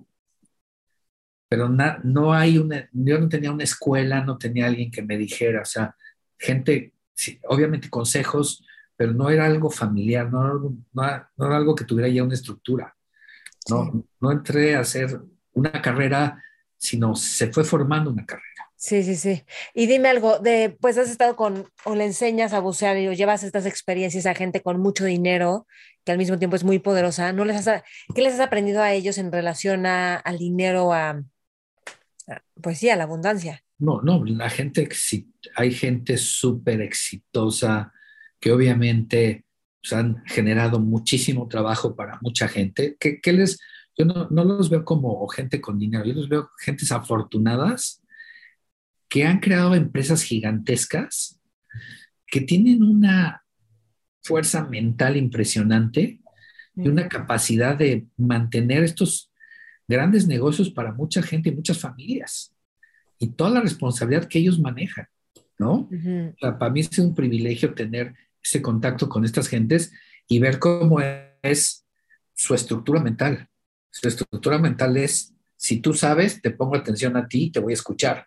Pero na- no hay una, yo no tenía una escuela, no tenía alguien que me dijera, o sea, gente, sí, obviamente consejos, pero no era algo familiar, no era algo, no era- no era algo que tuviera ya una estructura. Sí, No, no entré a hacer una carrera, sino se fue formando una carrera. sí, sí, sí. Y dime algo, de, pues has estado con, o le enseñas a bucear y o llevas estas experiencias a gente con mucho dinero, que al mismo tiempo es muy poderosa, ¿no les has, ¿qué les has aprendido a ellos en relación a, al dinero, a, a, pues sí, a la abundancia? No, no, la gente, exi- hay gente súper exitosa que obviamente pues, han generado muchísimo trabajo para mucha gente, que, que les, yo no, no los veo como gente con dinero, yo los veo gentes afortunadas que han creado empresas gigantescas, que tienen una fuerza mental impresionante y una Ujú, capacidad de mantener estos grandes negocios para mucha gente y muchas familias y toda la responsabilidad que ellos manejan, ¿no? ujú. O sea, para mí es un privilegio tener ese contacto con estas gentes y ver cómo es su estructura mental. Su estructura mental es, si tú sabes, te pongo atención a ti y te voy a escuchar.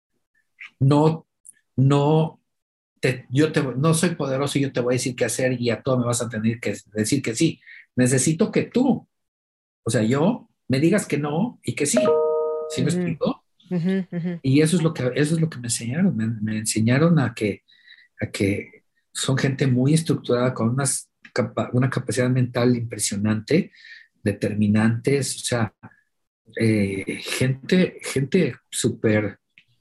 No, no, te, yo te, no soy poderoso y yo te voy a decir qué hacer y a todo me vas a tener que decir que sí. Necesito que tú, o sea, yo me digas que no y que sí. ¿Sí me Ujú, explico? ujú, ujú. Y eso es lo que, eso es lo que me enseñaron. Me, me enseñaron a que, a que son gente muy estructurada, con unas capa- una capacidad mental impresionante, determinantes, o sea, eh, gente, gente súper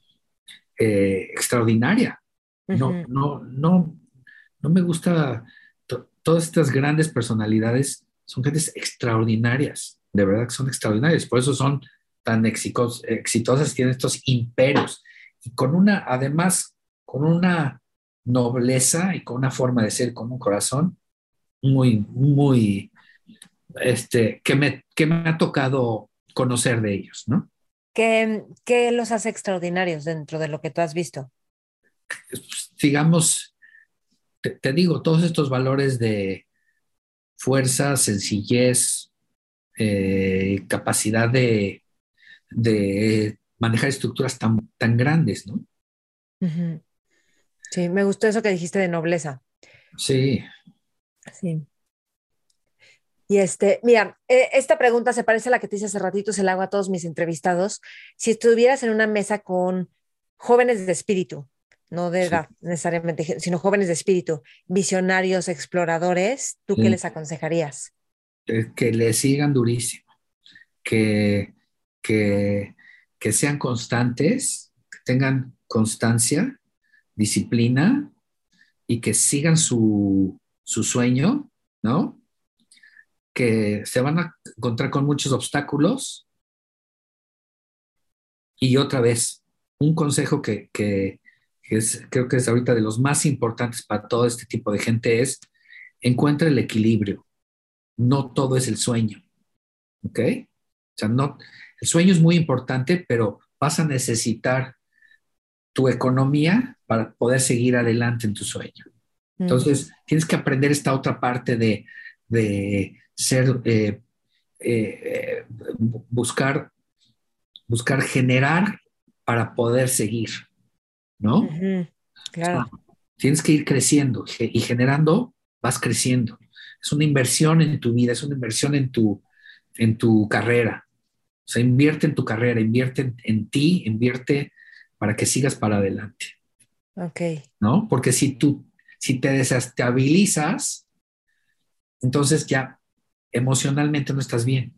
eh, extraordinaria. No, Ujú. no, no, no me gusta, to- todas estas grandes personalidades son gentes extraordinarias, de verdad que son extraordinarias, por eso son tan exicos- exitosas, tienen estos imperios y con una, además, con una nobleza y con una forma de ser, con un corazón muy, muy, este, que me, que me ha tocado conocer de ellos, ¿no? ¿Qué, qué los hace extraordinarios dentro de lo que tú has visto? Digamos, te, te digo, todos estos valores de fuerza, sencillez, eh, capacidad de, de manejar estructuras tan, tan grandes, ¿no? Ujú. Sí, me gustó eso que dijiste de nobleza. Sí, Sí. Y este, mira, eh, esta pregunta se parece a la que te hice hace ratito, se la hago a todos mis entrevistados. Si estuvieras en una mesa con jóvenes de espíritu, no de Sí, edad necesariamente, sino jóvenes de espíritu, visionarios, exploradores, ¿tú qué sí. les aconsejarías? Que, que le sigan durísimo, que, que, que sean constantes, que tengan constancia, disciplina y que sigan su, su sueño, ¿no? Que se van a encontrar con muchos obstáculos y otra vez, un consejo que, que, que es, creo que es ahorita de los más importantes para todo este tipo de gente es encuentra el equilibrio. No todo es el sueño, ¿ok? O sea, no, el sueño es muy importante, pero vas a necesitar tu economía para poder seguir adelante en tu sueño. Mm, Entonces, tienes que aprender esta otra parte de, de ser, eh, eh, buscar, buscar generar para poder seguir, ¿no? ujú, claro, Tienes que ir creciendo y generando, vas creciendo. Es una inversión en tu vida, es una inversión en tu, en tu carrera. O sea, invierte en tu carrera, invierte en, en ti, invierte para que sigas para adelante, ok, ¿no? Porque si tú, si te desestabilizas, entonces ya emocionalmente no estás bien,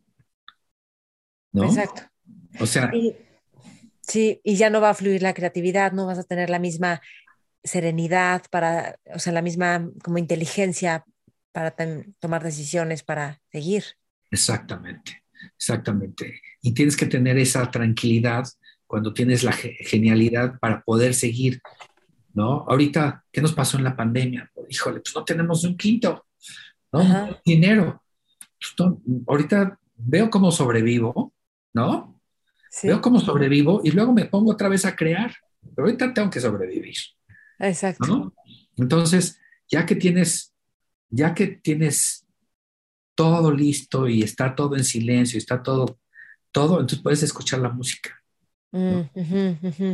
¿no? exacto. O sea, Y, sí, y ya no va a fluir la creatividad, no vas a tener la misma serenidad para, o sea, la misma como inteligencia para tem- tomar decisiones, para seguir. exactamente, exactamente. Y tienes que tener esa tranquilidad cuando tienes la ge- genialidad para poder seguir, ¿no? Ahorita, ¿qué nos pasó en la pandemia? Híjole, pues no tenemos un quinto, ¿no? No tenemos Ajá, dinero. Pues, no, ahorita veo cómo sobrevivo, ¿no? Veo sí, cómo sobrevivo y luego me pongo otra vez a crear. Pero ahorita tengo que sobrevivir, exacto. ¿no? Entonces, ya que tienes, ya que tienes todo listo y está todo en silencio, está todo, todo, entonces puedes escuchar la música, ¿no? Mm, ujú, ujú.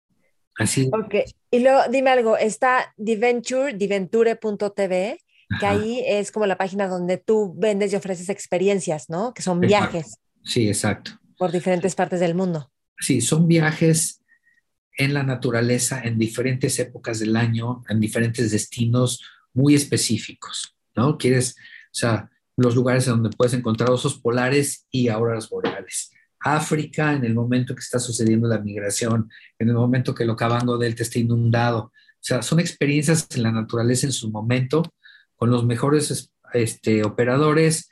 Así, Ok, y luego dime algo, está Diventure, diventure punto t v, que ajá, ahí es como la página donde tú vendes y ofreces experiencias, ¿no? Que son exacto. viajes Sí, exacto. por diferentes partes del mundo. Sí, son viajes en la naturaleza en diferentes épocas del año, en diferentes destinos muy específicos, ¿no? Quieres, o sea, los lugares donde puedes encontrar osos polares y auroras boreales. África, en el momento que está sucediendo la migración, en el momento que el Okavango Delta está inundado. O sea, son experiencias en la naturaleza en su momento, con los mejores este, operadores,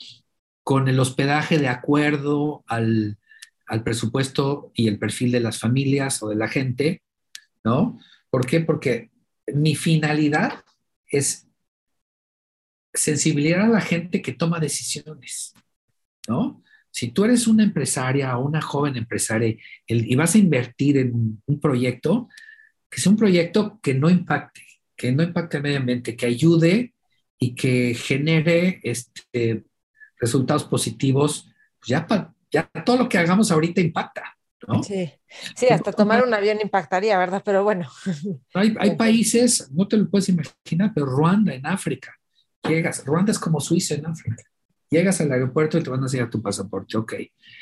con el hospedaje de acuerdo al, al presupuesto y el perfil de las familias o de la gente, ¿no? ¿Por qué? Porque mi finalidad es sensibilizar a la gente que toma decisiones, ¿no? Si tú eres una empresaria o una joven empresaria el, y vas a invertir en un proyecto, que sea un proyecto que no impacte, que no impacte el medio ambiente, que ayude y que genere este, resultados positivos, pues ya, pa, ya todo lo que hagamos ahorita impacta, ¿no? Sí, sí, hasta tomar un avión impactaría, ¿verdad? Pero bueno. Hay, hay países, no te lo puedes imaginar, pero Ruanda en África, llegas, Ruanda es como Suiza en África, llegas al aeropuerto y te van a enseñar tu pasaporte, ok.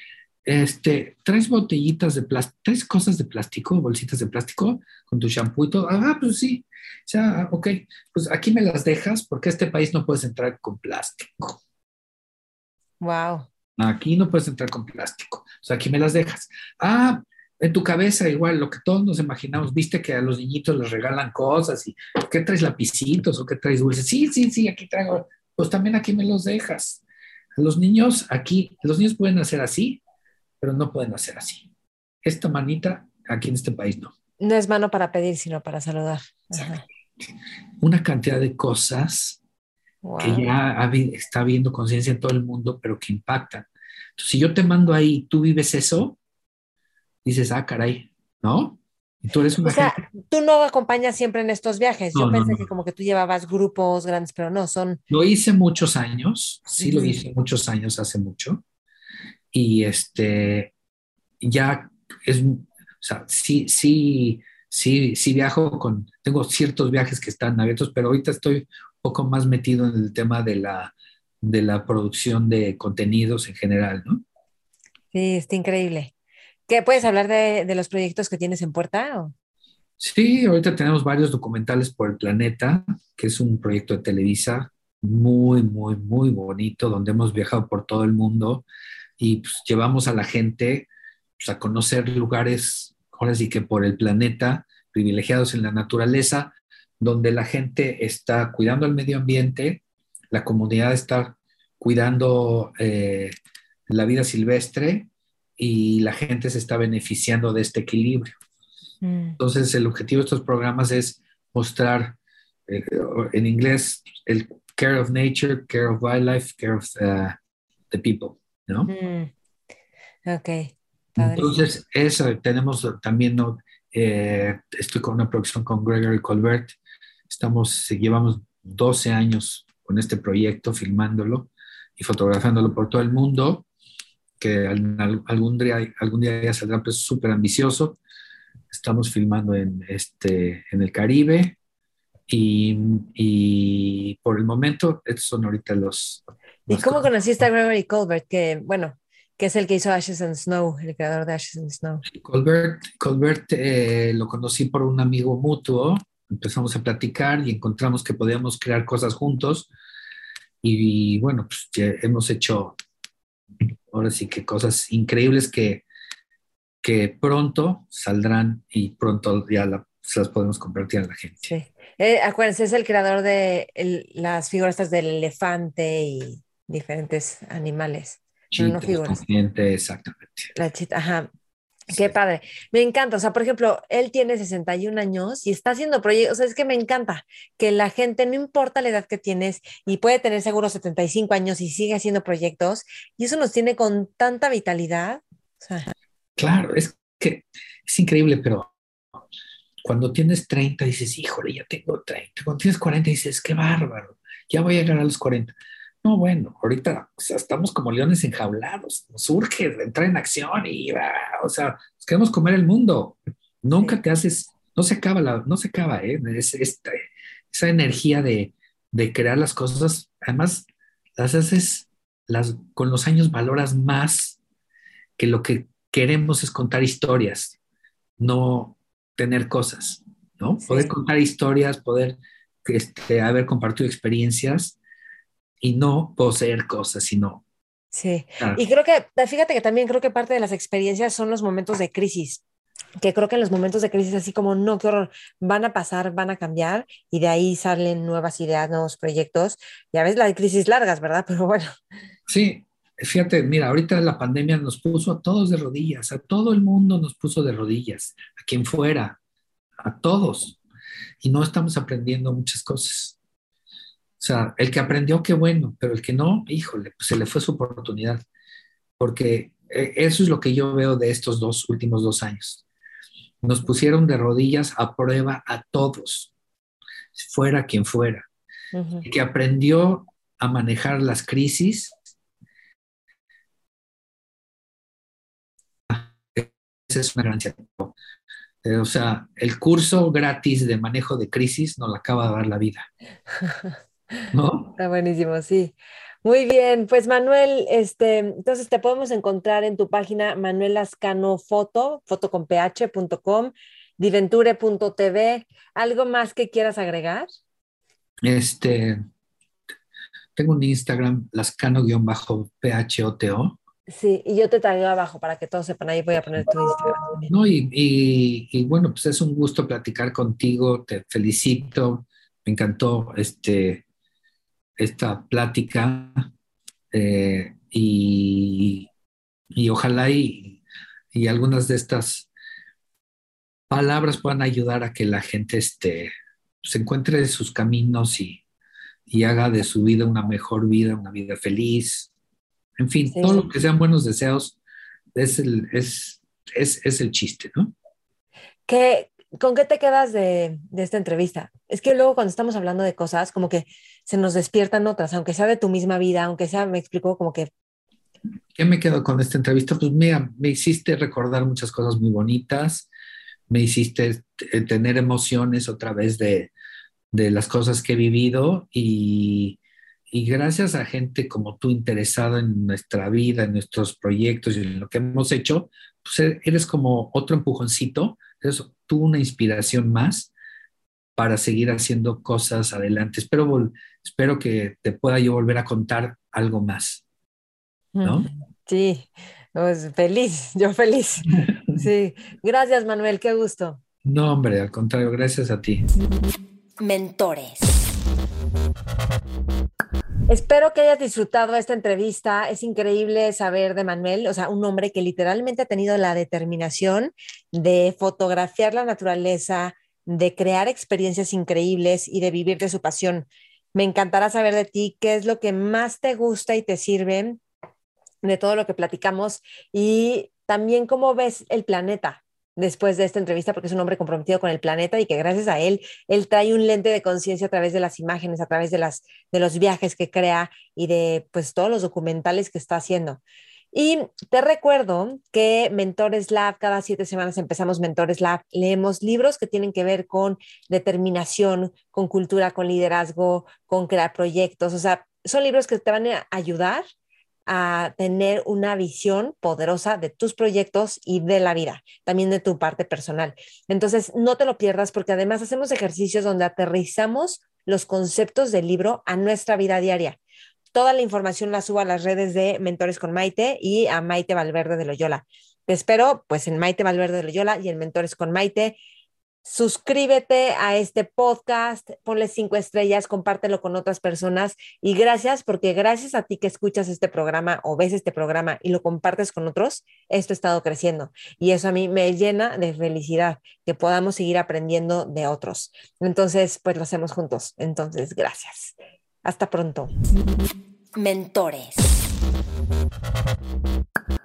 Este, traes botellitas de plástico, traes cosas de plástico, bolsitas de plástico con tu shampoo y todo. Ah, pues sí. O sea, ok, pues aquí me las dejas porque a este país no puedes entrar con plástico. Wow. Aquí no puedes entrar con plástico. O sea, aquí me las dejas. Ah, en tu cabeza igual, lo que todos nos imaginamos, viste que a los niñitos les regalan cosas y ¿qué traes lapicitos o qué traes dulces? Sí, sí, sí, aquí traigo. Pues también aquí me los dejas. A los niños aquí, los niños pueden hacer así, pero no pueden hacer así. Esta manita aquí en este país no. No es mano para pedir, sino para saludar. Exacto. Ajá. Una cantidad de cosas que Wow. ya habi- está habiendo conciencia en todo el mundo, pero que impactan. Entonces, si yo te mando ahí, tú vives eso, dices, ah, caray, ¿no? Y tú eres O una sea, gente. tú no acompañas siempre en estos viajes. Yo No, no, pensé no. que como que tú llevabas grupos grandes, pero no, son... Lo hice muchos años, sí lo Ujú. hice muchos años, hace mucho. Y este, ya es, o sea, sí, sí, sí, sí viajo con, tengo ciertos viajes que están abiertos, pero ahorita estoy un poco más metido en el tema de la, de la producción de contenidos en general, ¿no? Sí, está increíble. ¿Qué puedes hablar de, de los proyectos que tienes en puerta? ¿O? Sí, ahorita tenemos varios documentales por el planeta, que es un proyecto de Televisa muy, muy, muy bonito, donde hemos viajado por todo el mundo y pues, llevamos a la gente pues, a conocer lugares, ahora sí que por el planeta, privilegiados en la naturaleza, donde la gente está cuidando el medio ambiente, la comunidad está cuidando eh, la vida silvestre y la gente se está beneficiando de este equilibrio. Mm, Entonces, el objetivo de estos programas es mostrar, eh, en inglés, el care of nature, care of wildlife, care of uh, the people, ¿no? mm, ok, padrísimo. Entonces, eso, tenemos también, ¿no? Eh, estoy con una producción con Gregory Colbert, estamos, llevamos doce años con este proyecto, filmándolo y fotografiándolo por todo el mundo, que al- algún día, algún día ya saldrá, pues súper ambicioso. Estamos filmando en, este, en el Caribe y, y por el momento, estos son ahorita los ¿Y más cómo cosas. conociste a Gregory Colbert? Que, bueno, que es el que hizo Ashes and Snow, el creador de Ashes and Snow. Colbert, Colbert eh, lo conocí por un amigo mutuo, empezamos a platicar y encontramos que podíamos crear cosas juntos y, bueno, pues ya hemos hecho ahora sí que cosas increíbles que, que pronto saldrán y pronto ya la- se las podemos compartir a la gente. Sí. Eh, acuérdense, es el creador de el- las figuras estas del elefante y diferentes animales. No, no Chitos, figuras. consciente, exactamente. La chita, ajá. Qué Sí. padre. Me encanta. O sea, por ejemplo, él tiene sesenta y un años y está haciendo proyectos. O sea, es que me encanta que la gente, no importa la edad que tienes, y puede tener seguro setenta y cinco años y sigue haciendo proyectos, y eso nos tiene con tanta vitalidad. O sea, Claro, es que es increíble, pero cuando tienes treinta dices, híjole, ya tengo treinta. Cuando tienes cuarenta dices, qué bárbaro, ya voy a llegar a los cuarenta. No, bueno, ahorita o sea, estamos como leones enjaulados. Nos urge entrar en acción y, ah, o sea, nos queremos comer el mundo. Nunca sí, te haces, no se acaba, la, no se acaba, ¿eh? Es, esta- esa energía de, de crear las cosas, además, las haces, las, con los años valoras más que lo que queremos es contar historias, no tener cosas, ¿no? Poder sí, contar historias, poder este, haber compartido experiencias y no poseer cosas, sino, sí. claro, Y creo que, fíjate que también creo que parte de las experiencias son los momentos de crisis, que creo que en los momentos de crisis, así como, no, qué horror, van a pasar, van a cambiar, y de ahí salen nuevas ideas, nuevos proyectos. Ya ves, las crisis largas, ¿verdad? Pero bueno, sí, fíjate, mira, ahorita la pandemia nos puso a todos de rodillas, a todo el mundo nos puso de rodillas, a quien fuera, a todos, y no estamos aprendiendo muchas cosas. O sea, el que aprendió, qué bueno, pero el que no, híjole, pues se le fue su oportunidad, porque eh, eso es lo que yo veo de estos dos últimos dos años. Nos pusieron de rodillas a prueba a todos, fuera quien fuera. ujú, El que aprendió a manejar las crisis, esa es una ganancia. Eh, o sea, el curso gratis de manejo de crisis nos lo acaba de dar la vida, ¿no? está buenísimo, sí. Muy bien, pues Manuel, este, entonces te podemos encontrar en tu página Manuel Lascano Foto, foto con ph punto com, diventure punto t v. ¿Algo más que quieras agregar? Este, tengo un Instagram, lascano-photo, Sí, y yo te traigo abajo para que todos sepan, ahí voy a poner tu Instagram también. ¿no? Y, y, y, bueno, pues es un gusto platicar contigo, te felicito, me encantó este, esta plática eh, y, y, ojalá y, y, algunas de estas palabras puedan ayudar a que la gente este, se encuentre sus caminos y, y haga de su vida una mejor vida, una vida feliz, en fin, todo lo Sí. que sean buenos deseos es el, es, es, es el chiste, ¿no? ¿Qué, con qué te quedas de, de esta entrevista? Es que luego cuando estamos hablando de cosas, como que se nos despiertan otras, aunque sea de tu misma vida, aunque sea, me explico, como que ¿Qué me quedo con esta entrevista? Pues mira, me hiciste recordar muchas cosas muy bonitas, me hiciste eh, tener emociones otra vez de, de las cosas que he vivido y, y gracias a gente como tú interesada en nuestra vida, en nuestros proyectos y en lo que hemos hecho, pues, eres como otro empujoncito, eres tú una inspiración más para seguir haciendo cosas adelante. Espero, vol- espero que te pueda yo volver a contar algo más, ¿no? Sí, pues feliz, yo feliz. Sí, gracias Manuel, qué gusto. No, hombre, al contrario, gracias a ti. Mentores. Espero que hayas disfrutado esta entrevista. Es increíble saber de Manuel, o sea, un hombre que literalmente ha tenido la determinación de fotografiar la naturaleza, de crear experiencias increíbles y de vivir de su pasión. Me encantará saber de ti qué es lo que más te gusta y te sirve de todo lo que platicamos y también cómo ves el planeta después de esta entrevista, porque es un hombre comprometido con el planeta y que gracias a él, él trae un lente de conciencia a través de las imágenes, a través de, las, de los viajes que crea y de pues todos los documentales que está haciendo. Y te recuerdo que Mentores Lab, cada siete semanas empezamos Mentores Lab, leemos libros que tienen que ver con determinación, con cultura, con liderazgo, con crear proyectos, o sea, son libros que te van a ayudar a tener una visión poderosa de tus proyectos y de la vida, también de tu parte personal. Entonces, no te lo pierdas porque además hacemos ejercicios donde aterrizamos los conceptos del libro a nuestra vida diaria. Toda la información la subo a las redes de Mentores con Maite y a Maite Valverde de Loyola. Te espero pues en Maite Valverde de Loyola y en Mentores con Maite. Suscríbete a este podcast, ponle cinco estrellas, compártelo con otras personas y gracias porque gracias a ti que escuchas este programa o ves este programa y lo compartes con otros, esto ha estado creciendo y eso a mí me llena de felicidad que podamos seguir aprendiendo de otros. Entonces, pues lo hacemos juntos. Entonces, gracias. Hasta pronto. Mentores.